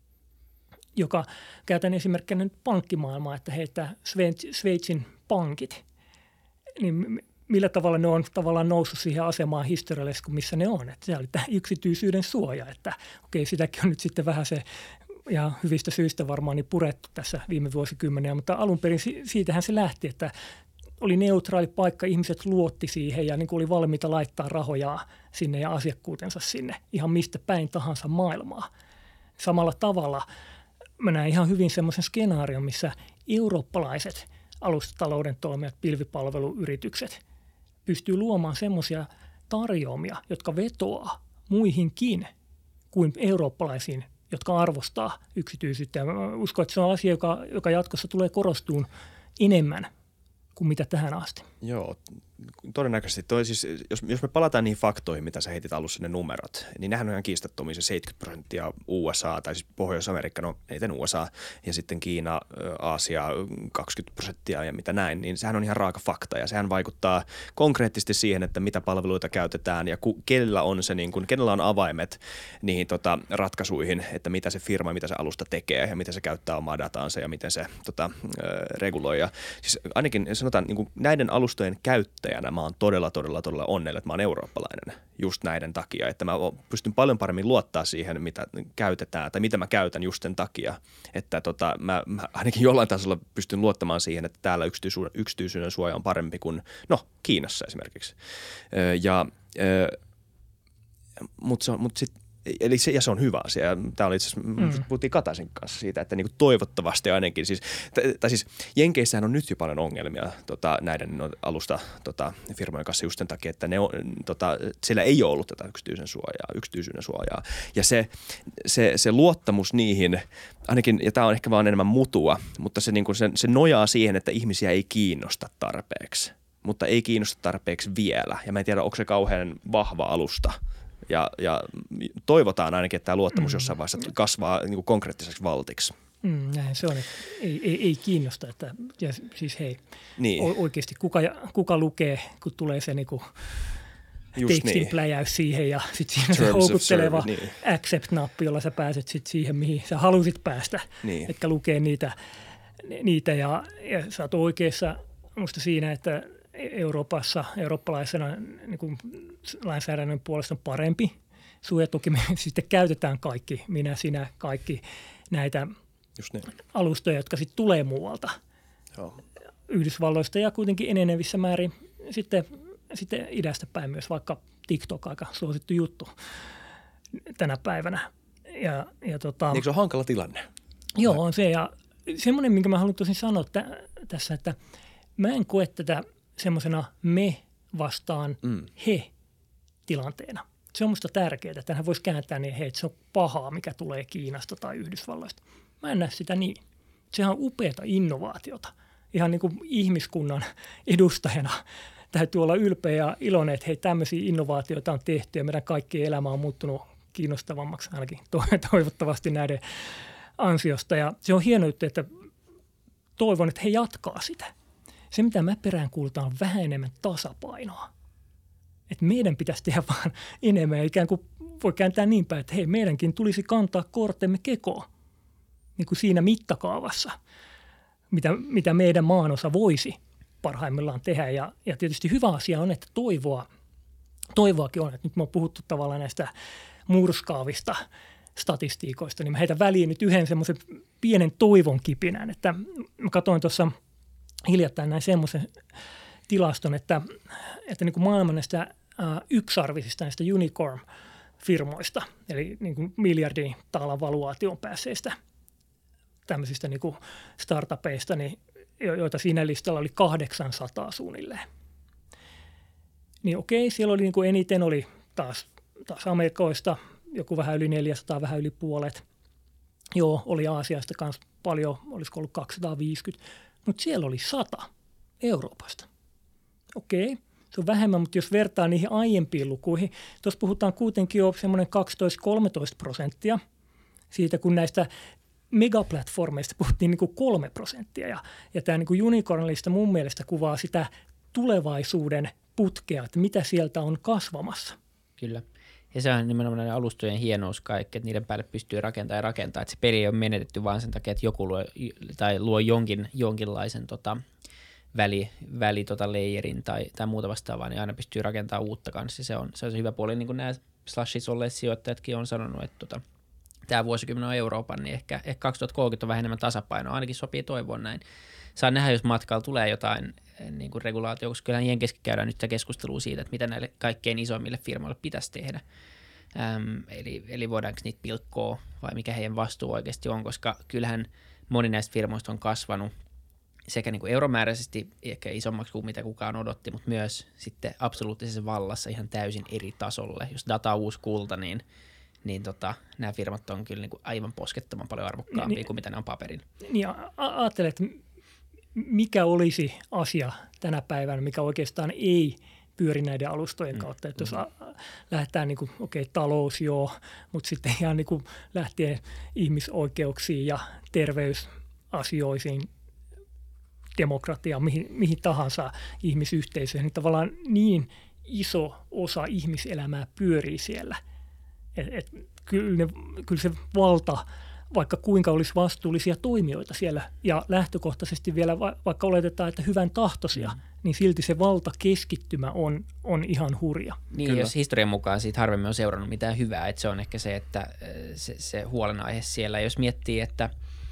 joka käytän esimerkkinä nyt pankkimaailmaa, että heitä Sveitsin pankit, niin millä tavalla ne on tavallaan noussut siihen asemaan historiallisesti kuin missä ne on. Että se oli tämä yksityisyyden suoja, että okei, sitäkin on nyt sitten vähän se ja hyvistä syistä varmaan niin purettu tässä viime vuosikymmeniä, mutta alun perin siitähän se lähti, että oli neutraali paikka, ihmiset luotti siihen ja niin kuin oli valmiita laittaa rahoja sinne ja asiakkuutensa sinne ihan mistä päin tahansa maailmaa. Samalla tavalla mä näen ihan hyvin semmoisen skenaarion, missä eurooppalaiset alustatalouden toimijat, pilvipalveluyritykset pystyy luomaan semmoisia tarjoamia, jotka vetoaa muihinkin kuin eurooppalaisiin, jotka arvostaa yksityisyyttä. Ja mä uskon, että se on asia, joka jatkossa tulee korostumaan enemmän kuin mitä tähän asti. Joo, todennäköisesti. Siis, jos me palataan niihin faktoihin, mitä sä heitit alussa ne numerot, niin nehän on ihan kiistattomia. Se 70% USA, tai siis Pohjois-Amerikka, no eniten USA, ja sitten Kiina, Aasia 20% ja mitä näin, niin sehän on ihan raaka fakta, ja sehän vaikuttaa konkreettisesti siihen, että mitä palveluita käytetään, ja kenellä on se, niin kun, kenellä on avaimet niihin ratkaisuihin, että mitä se firma, mitä se alusta tekee, ja miten se käyttää omaa dataansa, ja miten se reguloi. Ja siis ainakin sanotaan, niin kuin näiden alustojen käyttäjät yrittäjänä mä oon todella onnellinen, että mä oon eurooppalainen just näiden takia, että mä pystyn paljon paremmin luottaa siihen, mitä käytetään tai mitä mä käytän just sen takia, että mä ainakin jollain tasolla pystyn luottamaan siihen, että täällä yksityisyyden suoja on parempi kuin Kiinassa esimerkiksi. Eli se on hyvä asia. Tämä oli itse asiassa, puhuttiin Kataisen kanssa siitä, että niinku toivottavasti ainakin, siis Jenkeissähän on nyt jo paljon ongelmia näiden firmojen kanssa just sen takia, että siellä ei ole ollut tätä yksityisyyden suojaa. Ja se luottamus niihin, ainakin, ja tämä on ehkä vaan enemmän mutua, mutta se nojaa siihen, että ihmisiä ei kiinnosta tarpeeksi, mutta ei kiinnosta tarpeeksi vielä. Ja mä en tiedä, onko se kauhean vahva alusta. Ja toivotaan ainakin, että tämä luottamus jossain vaiheessa kasvaa niin kuin konkreettiseksi valtiksi. Näin se on, että ei kiinnosta. Että, ja siis hei, niin. Oikeasti kuka lukee, kun tulee se niinku tekstin pläjäys siihen ja sitten siinä se houkutteleva accept-nappi, jolla sä pääset sitten siihen, mihin sä halusit päästä, etkä lukee niitä ja sä oot oikeassa musta siinä, että eurooppalaisena niin kuin lainsäädännön puolesta on parempi suoja. Toki me sitten käytetään kaikki, sinä, kaikki näitä alustoja, jotka sitten tulee muualta. Joo. Yhdysvalloista ja kuitenkin enenevissä määrin sitten idästä päin myös, vaikka TikTok aika suosittu juttu tänä päivänä. Eikö se ole hankala tilanne? Joo, on se. Ja semmoinen, minkä mä haluan tosin sanoa tässä, että mä en koe tätä semmoisena me vastaan he tilanteena. Se on musta tärkeää. Tähän voisi kääntää niin, että se on pahaa, mikä tulee Kiinasta tai Yhdysvalloista. Mä en näe sitä niin. Sehän on upeata innovaatiota. Ihan niin kuin ihmiskunnan edustajana täytyy olla ylpeä ja iloinen, että hei, tämmöisiä innovaatioita on tehty ja meidän kaikkien elämä on muuttunut kiinnostavammaksi ainakin toivottavasti näiden ansiosta. Ja se on hieno juttu, että toivon, että he jatkaa sitä. Se, mitä mä peräänkuulutan, on vähän enemmän tasapainoa. Että meidän pitäisi tehdä vaan enemmän. Ikään kuin voi kääntää niin päin, että hei, meidänkin tulisi kantaa kortemme kekoon. Niin kuin siinä mittakaavassa, mitä meidän maanosa voisi parhaimmillaan tehdä. Ja tietysti hyvä asia on, että toivoakin on. Että nyt me on puhuttu tavallaan näistä murskaavista statistiikoista, niin mä heitän väliin nyt yhden semmoisen pienen toivon kipinän. Että mä katsoin tuossa hiljattain näin semmoisen tilaston, että niin kuin maailman näistä yksarvisista näistä unicorn-firmoista, eli niin kuin miljardin taalan valuaation päässeistä tämmöisistä niin kuin startupeista, niin, joita siinä listalla oli 800 suunnilleen. Niin okei, siellä oli niin kuin eniten oli taas Amerikoista, joku vähän yli 400, vähän yli puolet. Joo, oli Aasiasta kanssa paljon, olisiko ollut 250, mutta siellä oli 100 Euroopasta. Okei, se on vähemmän, mutta jos vertaa niihin aiempiin lukuihin, tuossa puhutaan kuitenkin jo semmoinen 12-13% siitä, kun näistä megaplatformeista puhuttiin niin kuin 3%. Ja tämä niin kuin unicornlista mun mielestä kuvaa sitä tulevaisuuden putkea, että mitä sieltä on kasvamassa. Kyllä. Ja se on nimenomaan näiden alustojen hienous kaikki, että niiden päälle pystyy rakentamaan, että se peli ei ole menetetty vaan sen takia, että joku luo jonkinlaisen layerin tai muuta vastaavaa, niin aina pystyy rakentamaan uutta kanssa. Se on se hyvä puoli, niin kuin nämä Slashissa olleet sijoittajatkin on sanonut, että tämä vuosikymmen on Euroopan, niin ehkä 2030 on vähän enemmän tasapainoa, ainakin sopii toivoa näin. Saa nähdä, jos matkalla tulee jotain niin kuin regulaatio, koska kyllähän Jenkessäkin käydään nyt keskustelua siitä, että mitä näille kaikkein isoimmille firmoille pitäisi tehdä. Eli voidaanko niitä pilkkoa vai mikä heidän vastuu oikeasti on, koska kyllähän moni näistä firmoista on kasvanut sekä niin kuin euromääräisesti ehkä isommaksi kuin mitä kukaan odotti, mutta myös sitten absoluuttisessa vallassa ihan täysin eri tasolle. Jos data on uusi kulta, niin nämä firmat on kyllä niin kuin aivan poskettoman paljon arvokkaampia kuin mitä ne on paperin. Niin ajattelen, että mikä olisi asia tänä päivänä, mikä oikeastaan ei pyöri näiden alustojen kautta. Että jos lähdetään niin kuin, talous joo, mutta sitten ihan niin kuin lähtien ihmisoikeuksiin ja terveysasioihin, demokratiaan, mihin tahansa ihmisyhteisöihin, niin tavallaan niin iso osa ihmiselämää pyörii siellä. Kyllä se vaikka kuinka olisi vastuullisia toimijoita siellä ja lähtökohtaisesti vielä vaikka oletetaan, että hyvän tahtoisia, niin silti se valtakeskittymä on ihan hurja. Niin, kyllä. Jos historian mukaan siitä harvemmin on seurannut mitään hyvää, että se on ehkä se, että se huolenaihe siellä. Jos miettii, että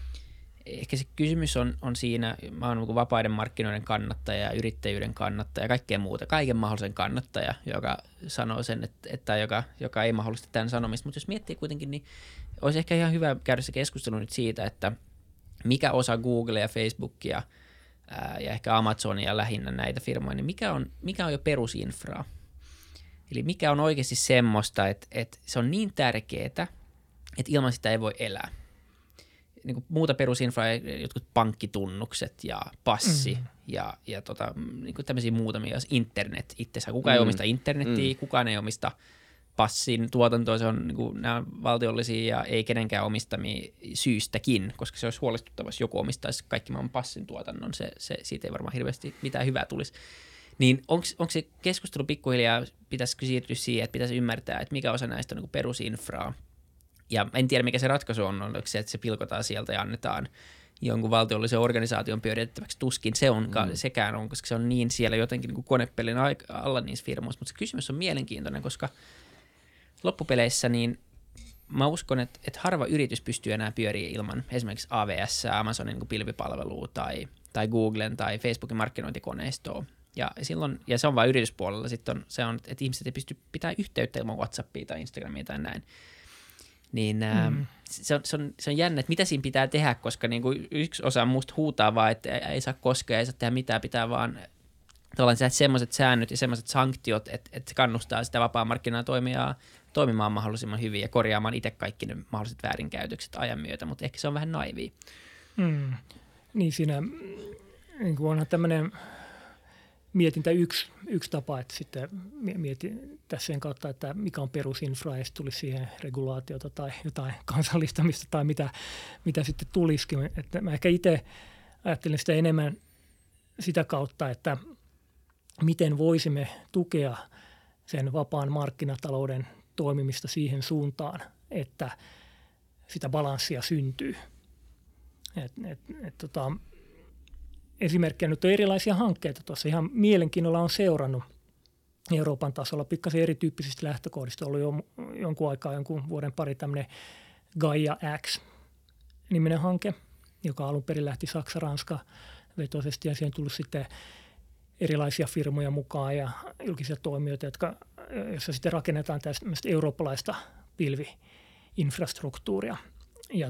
ehkä se kysymys on siinä, mä oon niin vapaiden markkinoiden kannattaja, yrittäjyyden kannattaja ja kaikkea muuta, kaiken mahdollisen kannattaja, joka sanoo sen, että joka ei mahdollista tämän sanomista. Mutta jos miettii kuitenkin, niin olisi ehkä ihan hyvä käydä se keskustelu nyt siitä, että mikä osa Googlea, Facebookia ja ehkä Amazonia lähinnä näitä firmoja, niin mikä on jo perusinfraa? Eli mikä on oikeasti semmoista, että se on niin tärkeää, että ilman sitä ei voi elää. Niin kuin muuta perusinfraa, jotkut pankkitunnukset ja passi ja niin kuin tämmöisiä muutamia, internet itsessään. Kukaan ei omista internetiä, kukaan ei omista passin tuotantoa, se on, niin kuin, nämä on valtiollisia ja ei kenenkään omistamia syystäkin, koska se olisi huolestuttava, jos joku omistaisi kaikki maailman passin tuotannon, siitä ei varmaan hirveästi mitään hyvää tulisi. Niin onko se keskustelu pikkuhiljaa, pitäisikö siirtyä siihen, että pitäisi ymmärtää, että mikä osa näistä on niin kuin perusinfraa? Ja en tiedä, mikä se ratkaisu on, onko se, että se pilkotaan sieltä ja annetaan jonkun valtiollisen organisaation pyöritettäväksi. Tuskin se on, sekään on, koska se on niin siellä jotenkin niin kuin konepelin alla niissä firmoissa. Mutta se kysymys on mielenkiintoinen, koska loppupeleissä niin mä uskon, että harva yritys pystyy enää pyöriä ilman esimerkiksi AWS, Amazonin niin pilvipalvelua tai Googlen tai Facebookin markkinointikoneistoa. Ja se on vain yrityspuolella. Sitten se on, että ihmiset ei pysty pitämään yhteyttä ilman WhatsAppia tai Instagramia tai näin. Niin se on jännä, että mitä siinä pitää tehdä, koska niin kuin yksi osa musta huutaa vaan, että ei saa koskea, ei saa tehdä mitään, pitää vaan tavallaan semmoiset säännöt ja semmoiset sanktiot, että se kannustaa sitä vapaa-markkinaa toimimaan mahdollisimman hyvin ja korjaamaan itse kaikki ne mahdolliset väärinkäytökset ajan myötä, mutta ehkä se on vähän naivia. Niin siinä niin kuin onhan tämmöinen mietintä yksi tapa, että sitten mietin tässä sen kautta, että mikä on perusinfra ja tulisi siihen regulaatiota tai jotain kansallistamista tai mitä sitten tulisikin. Että mä ehkä itse ajattelen sitä enemmän sitä kautta, että miten voisimme tukea sen vapaan markkinatalouden toimimista siihen suuntaan, että sitä balanssia syntyy. Esimerkkinä nyt on erilaisia hankkeita tuossa. Ihan mielenkiinnolla on seurannut Euroopan tasolla pikkasen erityyppisistä lähtökohdista. On ollut jo jonkun aikaa, jonkun vuoden pari tämmöinen Gaia X-niminen hanke, joka alun perin lähti Saksa-Ranska-vetoisesti ja siihen on tullut sitten erilaisia firmoja mukaan ja julkisia toimijoita, joissa sitten rakennetaan tämmöistä eurooppalaista pilvi-infrastruktuuria. Ja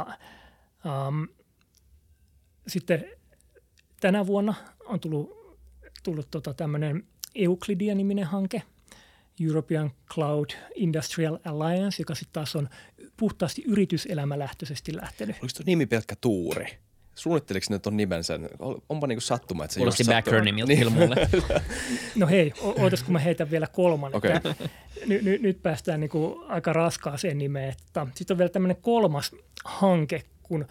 sitten tänä vuonna on tullut tämmöinen Euclidia-niminen hanke, European Cloud Industrial Alliance, joka sitten taas on puhtaasti yrityselämälähtöisesti lähtenyt. Oliko tuo nimi pelkkä tuuri? Suunnitteliko ne tuon nimensä? Onpa niinku sattuma, että se kuulosti backernimiltä mulle. No hei, ootas kun mä heitän vielä kolmannen. Okay. Nyt päästään niinku aika raskaaseen nimeen. Sitten on vielä tämmöinen kolmas hanke, kun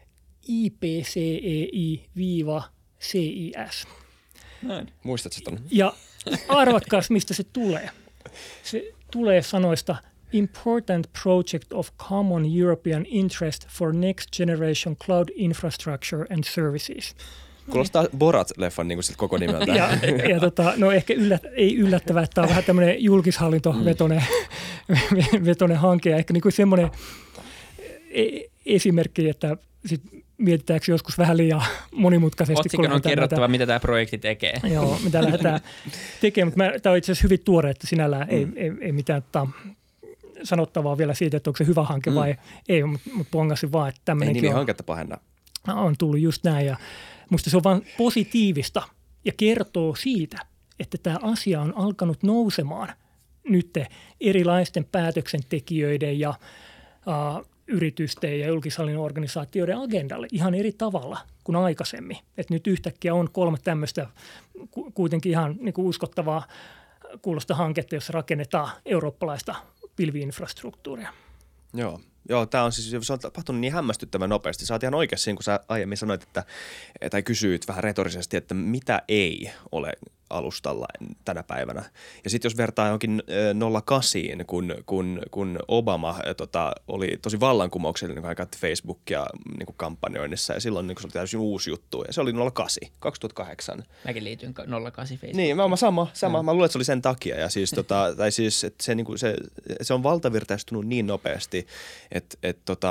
IPCEI-CIS. Näin. Muistatko ton? Ja arvatkaas, mistä se tulee. Se tulee sanoista Important Project of Common European Interest for Next Generation Cloud Infrastructure and Services. Kuulostaa Borat-leffan niin kuin sit koko nimeltä. No ehkä ei yllättävää, että tämä on vähän tämmöinen julkishallintovetoinen hanke. Ja ehkä niin kuin semmoinen esimerkki, että sit mietitäänkö joskus vähän liian monimutkaisesti. Otsikon on kerrottava, mitä tämä projekti tekee. Joo, mitä lähdetään tekemään. Mutta tämä on itse asiassa hyvin tuore, että sinällään ei mitään sanottavaa vielä siitä, että onko se hyvä hanke vai ei, mutta pongasin vaan, että tämmöinenkin ei hanketta pahenna. On tullut just näin ja musta se on vaan positiivista ja kertoo siitä, että tämä asia on alkanut nousemaan nyt erilaisten päätöksentekijöiden ja yritysten ja julkishallinnon organisaatioiden agendalle ihan eri tavalla kuin aikaisemmin. Että nyt yhtäkkiä on 3 tämmöistä kuitenkin ihan niin kuin uskottavaa kuulosta hanketta, jossa rakennetaan eurooppalaista pilvi-infrastruktuuria. Joo. Joo, tämä on siis, se on tapahtunut niin hämmästyttävän nopeasti. Sä oot ihan oikeassa, kun sä aiemmin sanoit, tai kysyit vähän retorisesti, että mitä ei ole alustalla tänä päivänä. Ja sitten jos vertaa johonkin 08, kun Obama oli tosi vallankumouksellinen, kun hän käytti Facebookia niin kampanjoinnissa, ja silloin niin se oli täysin uusi juttu, ja se oli 08, 2008. Mäkin liityin 08 Facebookiin. Niin, sama. Mä luulen, että se oli sen takia, ja siis, tai siis, että se on valtavirtaistunut niin nopeasti, että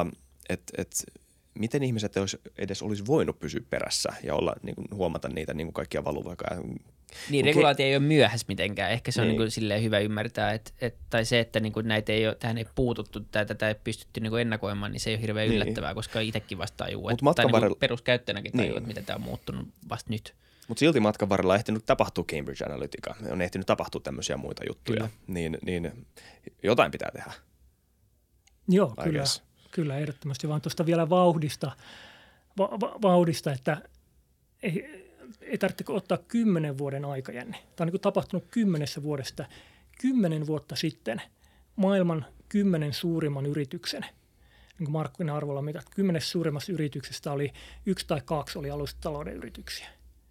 miten ihmiset edes olisi voinut pysyä perässä ja olla, niin kuin, huomata niitä niin kuin kaikkia valuvaikoja. Niin, regulaatio ei ole myöhässä mitenkään. Ehkä se on niin kuin silleen hyvä ymmärtää, tai se, että niin kuin näitä ei ole, tähän ei puututtu tai tätä ei pystytty niin kuin ennakoimaan, niin se ei ole hirveän yllättävää, koska itsekin vasta tajuu, tai niin peruskäyttäjänäkin tajuu, että miten tämä on muuttunut vasta nyt. Mutta silti matkan varrella on ehtinyt tapahtua Cambridge Analytica, on ehtinyt tapahtua tämmöisiä muita juttuja, niin jotain pitää tehdä. Joo, kyllä ehdottomasti, vaan tuosta vielä vauhdista, että ei tarvitse ottaa 10 vuoden aikajänne. Tämä on niin tapahtunut 10 vuodesta. 10 vuotta sitten maailman 10 suurimman yrityksen, niin kuin markkina-arvolla mitat, 10 suurimmasta yrityksestä oli 1 tai 2 oli alustatalouden yrityksiä.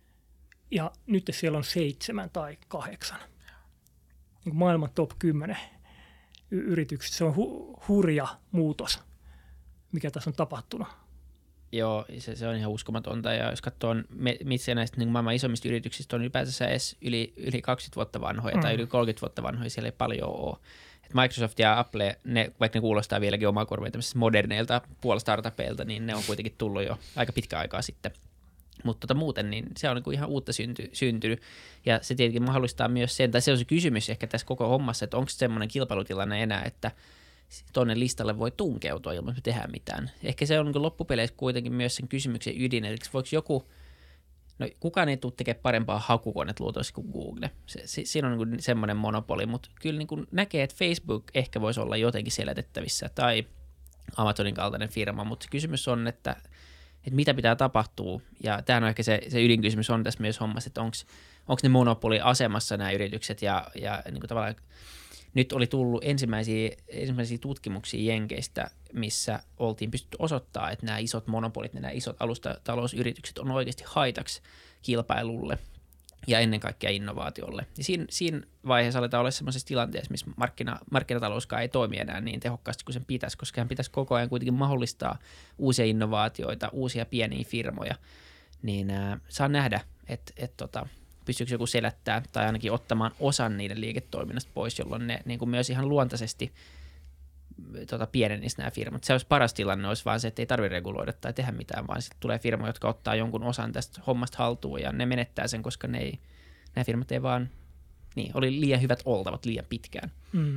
Ja nyt siellä on 7 tai 8. Niin kuin maailman top 10 yrityksistä. Se on hurja muutos, mikä tässä on tapahtunut. Joo, se on ihan uskomatonta, ja jos katsoo, mitkä näistä niin maailman isommista yrityksistä on ylipäänsä edes yli 20 vuotta vanhoja tai yli 30 vuotta vanhoja, siellä ei paljon ole. Et Microsoft ja Apple, vaikka ne kuulostaa vieläkin omaa korveen tämmöisistä moderneilta puolustartapeilta, niin ne on kuitenkin tullut jo aika pitkä aikaa sitten. Mutta muuten niin se on niin ihan uutta syntynyt, ja se tietenkin mahdollistaa myös sen, tai se on se kysymys ehkä tässä koko hommassa, että onko semmoinen kilpailutilanne enää, että tuonne listalle voi tunkeutua ilman, että me tehdään mitään. Ehkä se on niin loppupeleissä kuitenkin myös sen kysymyksen ydin, eli voiko joku, no kukaan ei tule tekemään parempaa hakukonetta luultavasti kuin Google. Siinä on niin semmoinen monopoli, mutta kyllä niin näkee, että Facebook ehkä voisi olla jotenkin selätettävissä tai Amazonin kaltainen firma, mutta kysymys on, että mitä pitää tapahtua, ja tämähän on ehkä se ydinkysymys on tässä myös hommassa, että onko ne monopoliasemassa nämä yritykset, ja niin kuin tavallaan nyt oli tullut ensimmäisiä tutkimuksia Jenkeistä, missä oltiin pystytty osoittamaan, että nämä isot monopolit, nämä isot alustatalousyritykset on oikeasti haitaksi kilpailulle ja ennen kaikkea innovaatiolle. Ja siinä vaiheessa aletaan olla sellaisessa tilanteessa, missä markkinatalouskaan ei toimi enää niin tehokkaasti kuin sen pitäisi, koska hän pitäisi koko ajan kuitenkin mahdollistaa uusia innovaatioita, uusia pieniä firmoja. Niin saa nähdä, että pystyykö joku selättämään tai ainakin ottamaan osan niiden liiketoiminnasta pois, jolloin ne niin kuin myös ihan luontaisesti pienenisi nämä firmat. Se olisi paras tilanne, olisi vaan se, että ei tarvitse reguloida tai tehdä mitään, vaan sitten tulee firmoja, jotka ottaa jonkun osan tästä hommasta haltuun ja ne menettää sen, koska nämä firmat ei vaan, oli liian hyvät oltavat liian pitkään.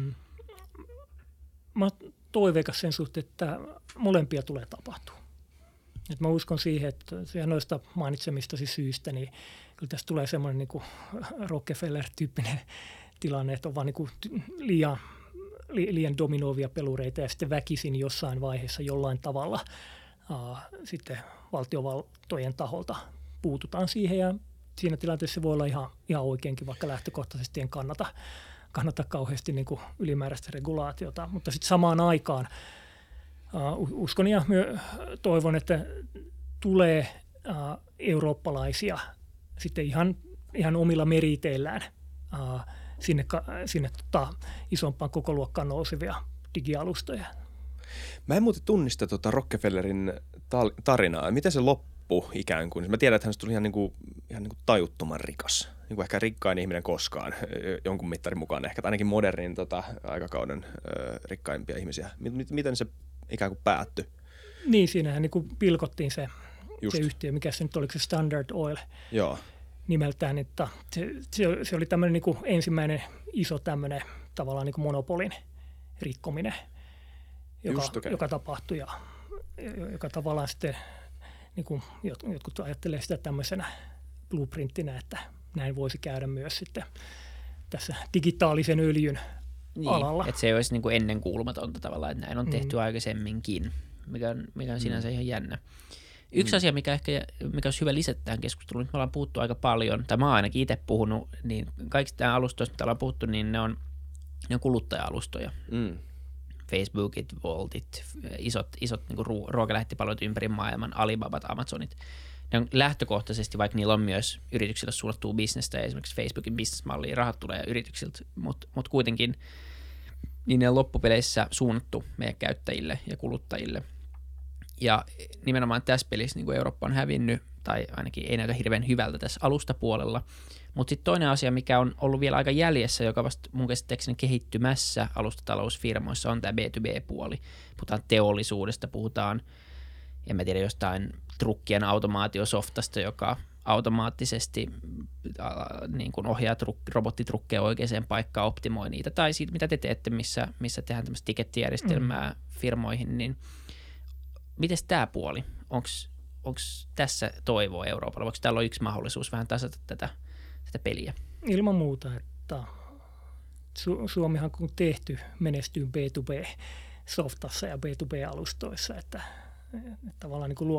Mä oon toiveikas sen suhteen, että molempia tulee tapahtua. Et mä uskon siihen, että noista mainitsemistasi syistä, niin kyllä tässä tulee semmoinen niin kuin Rockefeller-tyyppinen tilanne, että on vaan niin kuin liian dominoivia pelureita ja sitten väkisin jossain vaiheessa jollain tavalla sitten valtiovaltojen taholta puututaan siihen, ja siinä tilanteessa se voi olla ihan oikeinkin, vaikka lähtökohtaisesti en kannata kauheasti niin kuin ylimääräistä regulaatiota, mutta sitten samaan aikaan uskon ja toivon, että tulee eurooppalaisia sitten ihan omilla meriteillään sinne isompaan kokoluokkaan nousevia digialustoja. Mä en muuten tunnista Rockefellerin tarinaa. Miten se loppui ikään kuin? Mä tiedän, että hän tuli ihan niin kuin tajuttoman rikas. Niin kuin ehkä rikkain ihminen koskaan, jonkun mittarin mukaan ehkä, tai ainakin modernin aikakauden rikkaimpia ihmisiä. Miten se ikään kuin päättyi? Niin, siinähän niin kuin pilkottiin se yhtiö, mikä se nyt oliko se Standard Oil. Joo. Nimeltään, että se oli tämmöinen niin kuin ensimmäinen iso tämmöinen tavallaan niin kuin monopolin rikkominen, joka tapahtui ja joka tavallaan sitten niin kuin jotkut ajattelee sitä tämmöisenä blueprinttinä, että näin voisi käydä myös sitten tässä digitaalisen öljyn alalla. Että se ei olisi niin kuin ennenkuulumatonta tavallaan, että näin on tehty aikaisemminkin, mikä on sinänsä ihan jännä. Yksi asia, mikä olisi hyvä lisätä tähän keskusteluun, nyt me ollaan puhuttu aika paljon, tai mä oon ainakin itse puhunut, niin kaikista tämän alustoista, mitä ollaan puhuttu, niin ne on kuluttaja-alustoja. Facebookit, Woltit, isot niin ruokalähettipalvelut ympäri maailman, Alibabat, Amazonit. Ne on lähtökohtaisesti, vaikka niillä on myös yrityksille suunnattua bisnestä ja esimerkiksi Facebookin business-malliin rahat tulee yrityksiltä, mutta kuitenkin niin ne on loppupeleissä suunnattu meidän käyttäjille ja kuluttajille. Ja nimenomaan tässä pelissä niin Eurooppa on hävinnyt, tai ainakin ei näytä hirveän hyvältä tässä alustapuolella. Mutta sitten toinen asia, mikä on ollut vielä aika jäljessä, joka vasta mun käsittääkseni kehittymässä alustatalousfirmoissa, on tämä B2B-puoli. Puhutaan teollisuudesta, puhutaan, en mä tiedä, jostain trukkien automaatiosoftasta, joka automaattisesti niin kuin ohjaa robottitrukkeja oikeaan paikkaan, optimoi niitä, tai siitä, mitä te teette, missä tehdään tämmöistä tikettijärjestelmää firmoihin, niin miten tämä puoli? Onko tässä toivoa Euroopalla? Voiko täällä olla yksi mahdollisuus vähän tasata tätä peliä? Ilman muuta, että Suomihan on tehty menestyy B2B-softassa ja B2B-alustoissa, että tavallaan niin kuin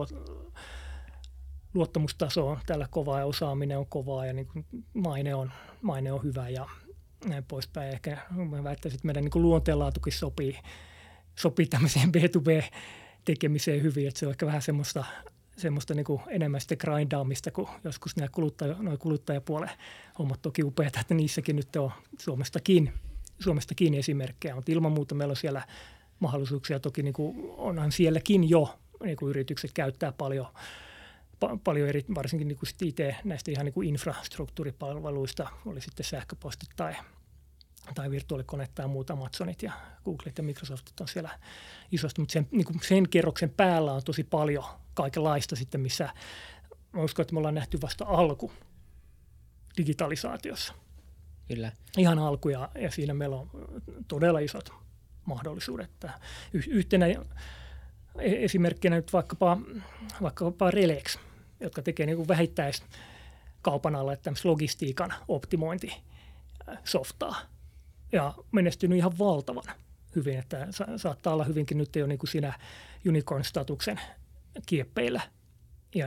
luottamustaso on tällä kovaa ja osaaminen on kovaa ja niin kuin maine on hyvä ja näin poispäin. Ehkä mä väittäisin, että meidän niin kuin luonteenlaatukin sopii tämmöiseen B2B-tekemiseen hyvin, että se on ehkä vähän semmoista niin kuin enemmän sitten grindaamista kuin joskus nämä kuluttajapuolen hommat toki upeata, että niissäkin nyt on Suomestakin esimerkkejä, mutta ilman muuta meillä on siellä mahdollisuuksia. Toki niin kuin onhan sielläkin jo niin kuin yritykset käyttää paljon eri, varsinkin niin kuin näistä ihan niin kuin infrastruktuuripalveluista, oli sitten sähköpostit tai virtuaalikoneet tai muut Amazonit ja Googlet ja Microsoftit on siellä isosti, mutta sen kerroksen päällä on tosi paljon kaikenlaista sitten, missä mä uskon, että me ollaan nähty vasta alku digitalisaatiossa. Kyllä. Ihan alku ja siinä meillä on todella isot mahdollisuudet. Yhtenä esimerkkinä nyt vaikkapa Relex, jotka tekee niin kuin vähittäiskaupan alla tämmöistä logistiikan optimointisoftaa ja menestynyt ihan valtavan hyvin, että saattaa olla hyvinkin nyt jo niin kuin siinä unicorn-statuksen kieppeillä ja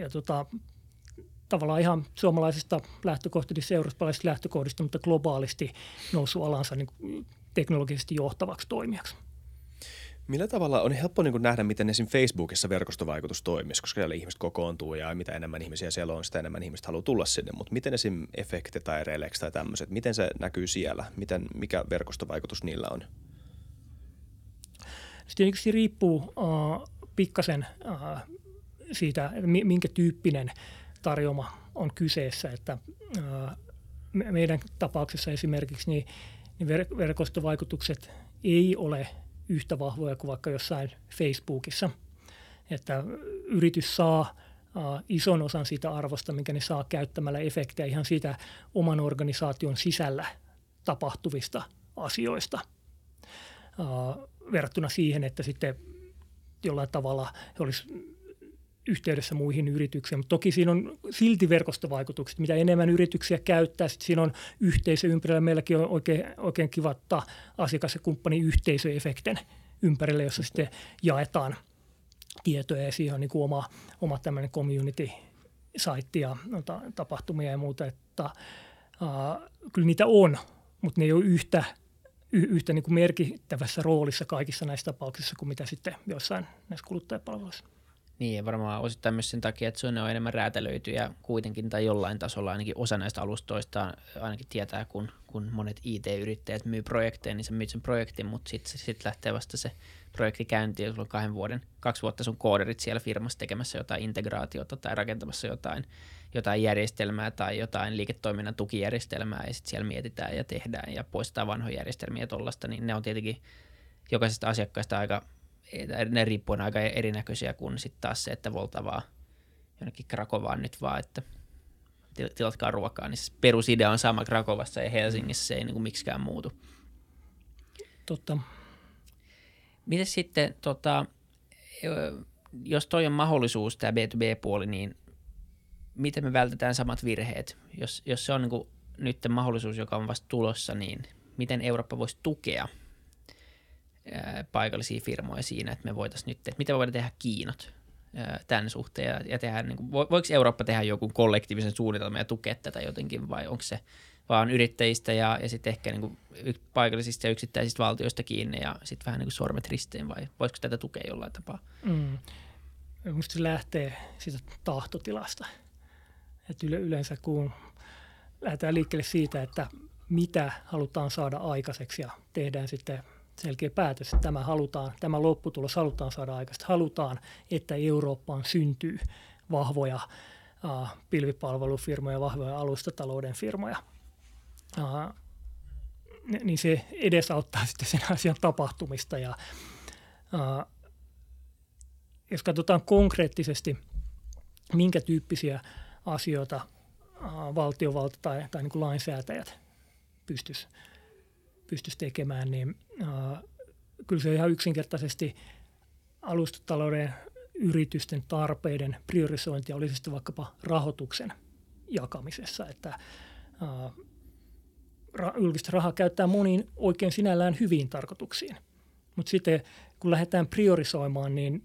tavallaan ihan suomalaisista lähtökohdista, eurooppalaisista lähtökohdista, mutta globaalisti noussut alansa niin teknologisesti johtavaksi toimijaksi. Millä tavalla on helppo niin kuin nähdä, miten esim. Facebookissa verkostovaikutus toimisi, koska siellä ihmiset kokoontuu ja mitä enemmän ihmisiä siellä on, sitä enemmän ihmiset haluaa tulla sinne. Mutta miten esim. Efekti tai Relex tai tämmöiset, miten se näkyy siellä? Mikä verkostovaikutus niillä on? Sitten yksi riippuu pikkasen siitä, minkä tyyppinen tarjoama on kyseessä. Että, meidän tapauksessa esimerkiksi niin verkostovaikutukset ei ole yhtä vahvoja kuin vaikka jossain Facebookissa, että yritys saa ison osan siitä arvosta, minkä ne saa käyttämällä efektejä ihan siitä oman organisaation sisällä tapahtuvista asioista verrattuna siihen, että sitten jollain tavalla he olisi yhteydessä muihin yrityksiin, mutta toki siinä on silti verkostovaikutukset. Mitä enemmän yrityksiä käyttää, sitten siinä on yhteisö ympärillä. Meilläkin on oikein kiva asiakas- ja kumppaniyhteisöefekten ympärille, jossa sitten jaetaan tietoja ja siihen on niin kuin oma tämmöinen community-saitti ja tapahtumia ja muuta. Että, kyllä niitä on, mutta ne ei ole yhtä niin kuin merkittävässä roolissa kaikissa näissä tapauksissa kuin mitä sitten jossain näissä kuluttajapalveluissa. Niin, ja varmaan osittain myös sen takia, että se on enemmän räätälöityjä kuitenkin tai jollain tasolla ainakin osa näistä alustoista ainakin tietää, kun monet IT-yrittäjät myy projekteja, niin sä myyt sen projektin, mutta sitten lähtee vasta se projekti käyntiin, ja sulla on 2 vuotta sun kooderit siellä firmassa tekemässä jotain integraatiota tai rakentamassa jotain järjestelmää tai jotain liiketoiminnan tukijärjestelmää, ja sitten siellä mietitään ja tehdään ja poistetaan vanhoja järjestelmiä tollaista, niin ne on tietenkin jokaisesta asiakkaasta ne riippuen aika erinäköisiä kuin sitten taas se, että voltavaa jonnekin Krakovaan nyt vaan, että tilatkaa ruokaa, niin se perusidea on sama Krakovassa ja Helsingissä, se ei niin kuin miksikään muutu. Totta. Miten sitten, jos toi on mahdollisuus, tämä B2B-puoli, niin miten me vältetään samat virheet? Jos se on niin kuin nyt mahdollisuus, joka on vasta tulossa, niin miten Eurooppa voisi tukea paikallisia firmoja siinä, että me voitaisiin nyt, että miten me voidaan tehdä Kiinat tämän suhteen ja tehdä, niin kuin, voiko Eurooppa tehdä joku kollektiivisen suunnitelman ja tukea tätä jotenkin vai onko vaan yrittäjistä ja sitten ehkä niin kuin paikallisista ja yksittäisistä valtioista kiinni ja sitten vähän niin kuin sormet risteen, vai voisiko tätä tukea jollain tapaa? Minusta se lähtee siitä tahtotilasta. Että yleensä kun lähdetään liikkeelle siitä, että mitä halutaan saada aikaiseksi ja tehdään sitten selkeä päätös, että tämä lopputulos halutaan saada aikaiseksi. Halutaan, että Eurooppaan syntyy vahvoja pilvipalvelufirmoja, vahvoja alustatalouden firmoja. Niin se edesauttaa sitten sen asian tapahtumista. Ja, jos katsotaan konkreettisesti, minkä tyyppisiä asioita valtiovalta tai niin kuin lainsäätäjät pystyisi tekemään, niin kyllä se ihan yksinkertaisesti alustatalouden yritysten tarpeiden priorisointia olisi sitten vaikkapa rahoituksen jakamisessa, että julkista rahaa käyttää moniin oikein sinällään hyviin tarkoituksiin. Mutta sitten kun lähdetään priorisoimaan, niin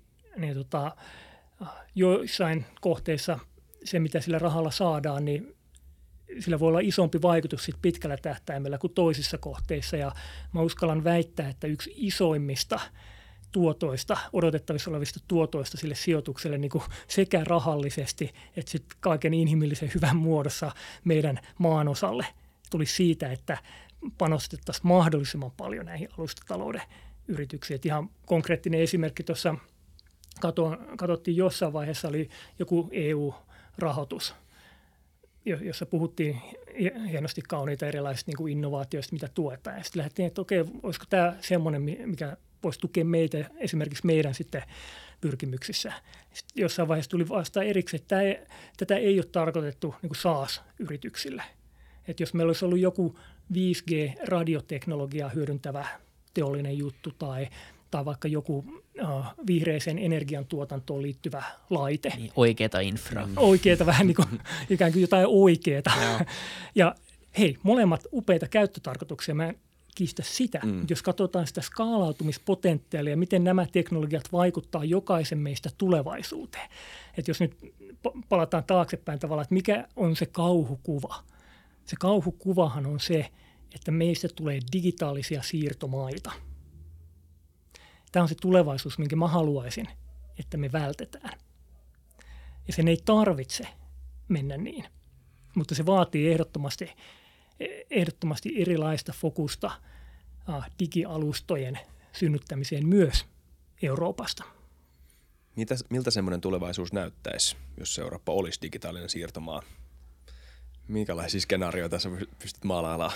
joissain kohteissa se, mitä sillä rahalla saadaan, niin sillä voi olla isompi vaikutus sit pitkällä tähtäimellä kuin toisissa kohteissa. Ja mä uskallan väittää, että yksi isoimmista tuotoista, odotettavissa olevista tuotoista sille sijoitukselle niin kuin sekä rahallisesti että sit kaiken inhimillisen hyvän muodossa meidän maanosalle tuli siitä, että panostettaisiin mahdollisimman paljon näihin alustatalouden yrityksiin. Et ihan konkreettinen esimerkki tuossa katsottiin jossain vaiheessa oli joku EU-rahoitus, jossa puhuttiin hienosti kauniita erilaisista niin kuin innovaatioista, mitä tuetaan. Ja sitten lähdettiin, että okei, olisiko tämä semmoinen, mikä voisi tukea meitä, esimerkiksi meidän sitten pyrkimyksissä. Sitten jossain vaiheessa tuli vastaan erikseen, että tätä ei ole tarkoitettu niin kuin SaaS-yrityksille. Että jos meillä olisi ollut joku 5G-radioteknologiaa hyödyntävä teollinen juttu tai vaikka joku vihreiseen energiantuotantoon liittyvä laite. Niin, oikeata infraa. Oikeata, vähän niin kuin ikään kuin jotain oikeata. Ja hei, molemmat upeita käyttötarkoituksia. Mä en kiistä sitä. Jos katsotaan sitä skaalautumispotentiaalia ja miten nämä teknologiat vaikuttaa jokaisen meistä tulevaisuuteen. Että jos nyt palataan taaksepäin tavallaan, että mikä on se kauhukuva. Se kauhukuvahan on se, että meistä tulee digitaalisia siirtomaita. Tämä on se tulevaisuus, minkä mä haluaisin, että me vältetään. Ja sen ei tarvitse mennä niin, mutta se vaatii ehdottomasti erilaista fokusta digialustojen synnyttämiseen myös Euroopasta. Miltä semmoinen tulevaisuus näyttäisi, jos Eurooppa olisi digitaalinen siirtomaa? Minkälaisia skenaarioita sä pystyt maalailemaan?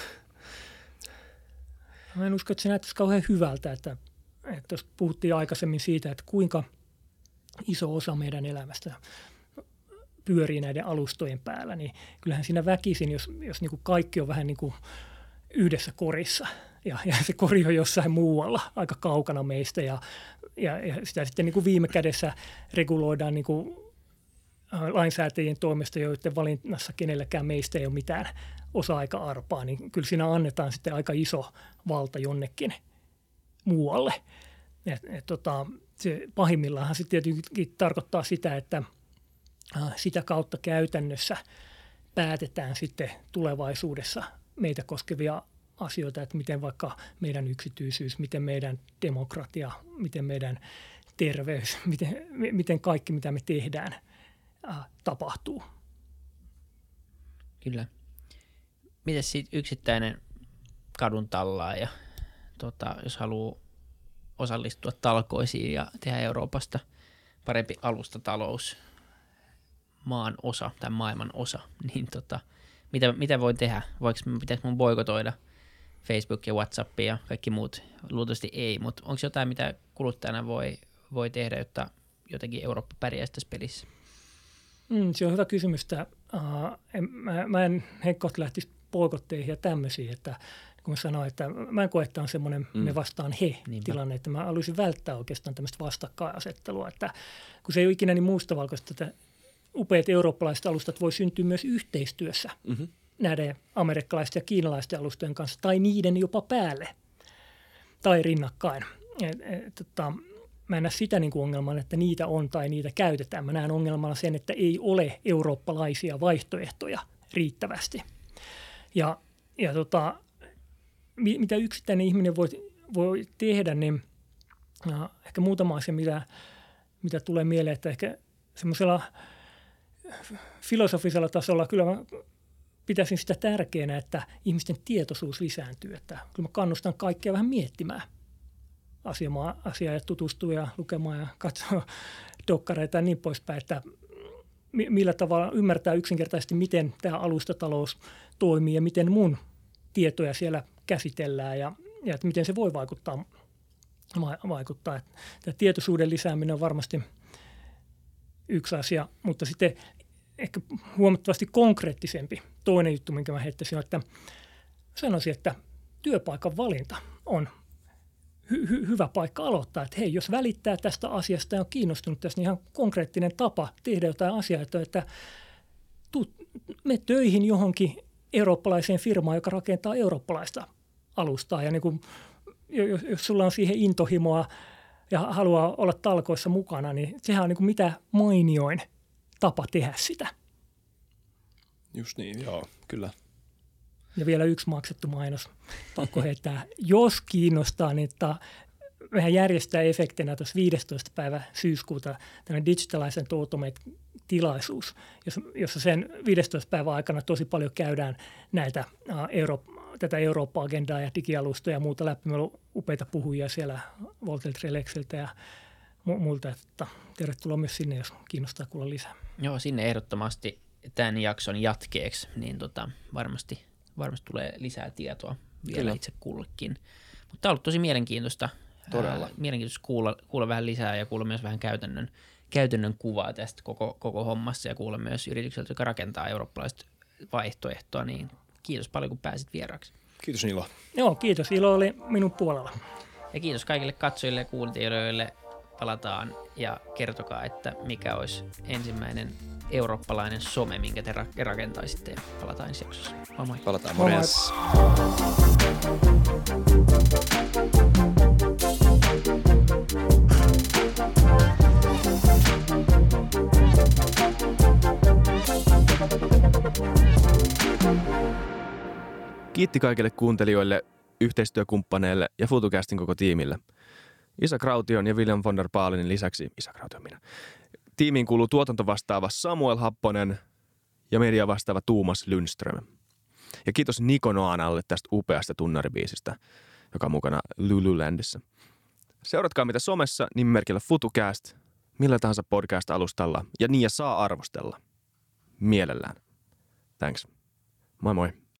Mä en usko, että se näyttäisi kauhean hyvältä, että jos puhuttiin aikaisemmin siitä, että kuinka iso osa meidän elämästä pyörii näiden alustojen päällä, niin kyllähän siinä väkisin, jos niin kuin kaikki on vähän niin kuin yhdessä korissa ja se kori on jossain muualla aika kaukana meistä ja sitä sitten niin kuin viime kädessä reguloidaan niin kuin lainsäätäjien toimesta, joiden valinnassa kenelläkään meistä ei ole mitään osa-aika-arpaa, niin kyllä siinä annetaan sitten aika iso valta jonnekin muualle. Se pahimmillaanhan se tietenkin tarkoittaa sitä, että sitä kautta käytännössä päätetään sitten tulevaisuudessa meitä koskevia asioita, että miten vaikka meidän yksityisyys, miten meidän demokratia, miten meidän terveys, miten kaikki mitä me tehdään tapahtuu. Kyllä. Miten sitten yksittäinen kadun tallaaja, jos haluaa osallistua talkoisiin ja tehdä Euroopasta parempi alustatalous, maan osa tai maailman osa, niin mitä voi tehdä? Pitäisikö mun boikotoida Facebook ja WhatsApp ja kaikki muut? Luultavasti ei, mutta onko jotain, mitä kuluttajana voi tehdä, jotta jotenkin Eurooppa pärjäisi tässä pelissä? Se on hyvä kysymys. Mä en henkkohti lähtisi boikotteihin ja tämmöisiin, että kun mä sanoin, että mä en koe, että on semmoinen me vastaan he-tilanne, että mä haluaisin välttää oikeastaan tämmöistä vastakkainasettelua, että kun se ei ole ikinä niin mustavalkoista, että upeat eurooppalaiset alustat voi syntyä myös yhteistyössä näiden amerikkalaisten ja kiinalaisten alustojen kanssa tai niiden jopa päälle tai rinnakkain. Mä en näe sitä niin kuin ongelmana, että niitä on tai niitä käytetään. Mä näen ongelmana sen, että ei ole eurooppalaisia vaihtoehtoja riittävästi. Ja Ja mitä yksittäinen ihminen voi tehdä, niin ehkä muutama asia, mitä tulee mieleen, että ehkä semmoisella filosofisella tasolla kyllä mä pitäisin sitä tärkeänä, että ihmisten tietoisuus lisääntyy. Että kyllä mä kannustan kaikkia vähän miettimään asiaa ja tutustua ja lukemaan ja katsoa dokkareita ja niin poispäin, että millä tavalla ymmärtää yksinkertaisesti, miten tämä alustatalous toimii ja miten mun tietoja siellä käsitellään ja että miten se voi vaikuttaa. Tämä tietoisuuden lisääminen on varmasti yksi asia, mutta sitten ehkä huomattavasti konkreettisempi toinen juttu, minkä mä heittäisin, on, että sanoisin, että työpaikan valinta on hyvä paikka aloittaa, että hei, jos välittää tästä asiasta ja on kiinnostunut tästä, niin ihan konkreettinen tapa tehdä jotain asiaa, että me töihin johonkin eurooppalaiseen firmaan, joka rakentaa eurooppalaista alustaa ja niin kuin, jos sulla on siihen intohimoa ja haluaa olla talkoissa mukana, niin sehän on niin kuin mitä mainioin tapa tehdä sitä. Just niin, joo, kyllä. Ja vielä yksi maksettu mainos, pakko heittää. Jos kiinnostaa, niin mehän järjestää efektinä tuossa 15. päivä syyskuuta tämmöinen Digitalize and Automate-tilaisuus, jossa sen 15 päivän aikana tosi paljon käydään näitä tätä Eurooppa-agendaa ja digialustoja ja muuta läpi. Meillä on upeita puhujia siellä Voltelta, Relexiltä ja muilta. Että tervetuloa myös sinne, jos kiinnostaa kuulla lisää. Joo, sinne ehdottomasti tämän jakson jatkeeksi, niin varmasti tulee lisää tietoa vielä Kyllä. itse kullekin. Mutta tämä on ollut tosi mielenkiintoista. Todella. Mielenkiintoista kuulla vähän lisää ja kuulla myös vähän käytännön kuvaa tästä koko hommassa ja kuulla myös yritykseltä, joka rakentaa eurooppalaista vaihtoehtoa. Niin kiitos paljon, kun pääsit vieraaksi. Kiitos Nilo. Joo, kiitos. Ilo oli minun puolella. Ja kiitos kaikille katsojille ja kuuntelijoille. Palataan ja kertokaa, että mikä olisi ensimmäinen eurooppalainen some, minkä te rakentaisitte. Palataan ensi jaksossa. Moi moi. Palataan, morjens. Kiitti kaikille kuuntelijoille, yhteistyökumppaneille ja FutuCastin koko tiimille. Isak Raution ja William von der Baalenin lisäksi, tiimiin kuuluu tuotantovastaava Samuel Happonen ja media vastaava Tuomas Lundström. Ja kiitos Niko Noanalle tästä upeasta tunnaribiisistä, joka on mukana Lululandissa. Seuratkaa mitä somessa nimimerkillä FutuCast, millä tahansa podcast-alustalla ja niin ja saa arvostella. Mielellään. Thanks. Moi moi.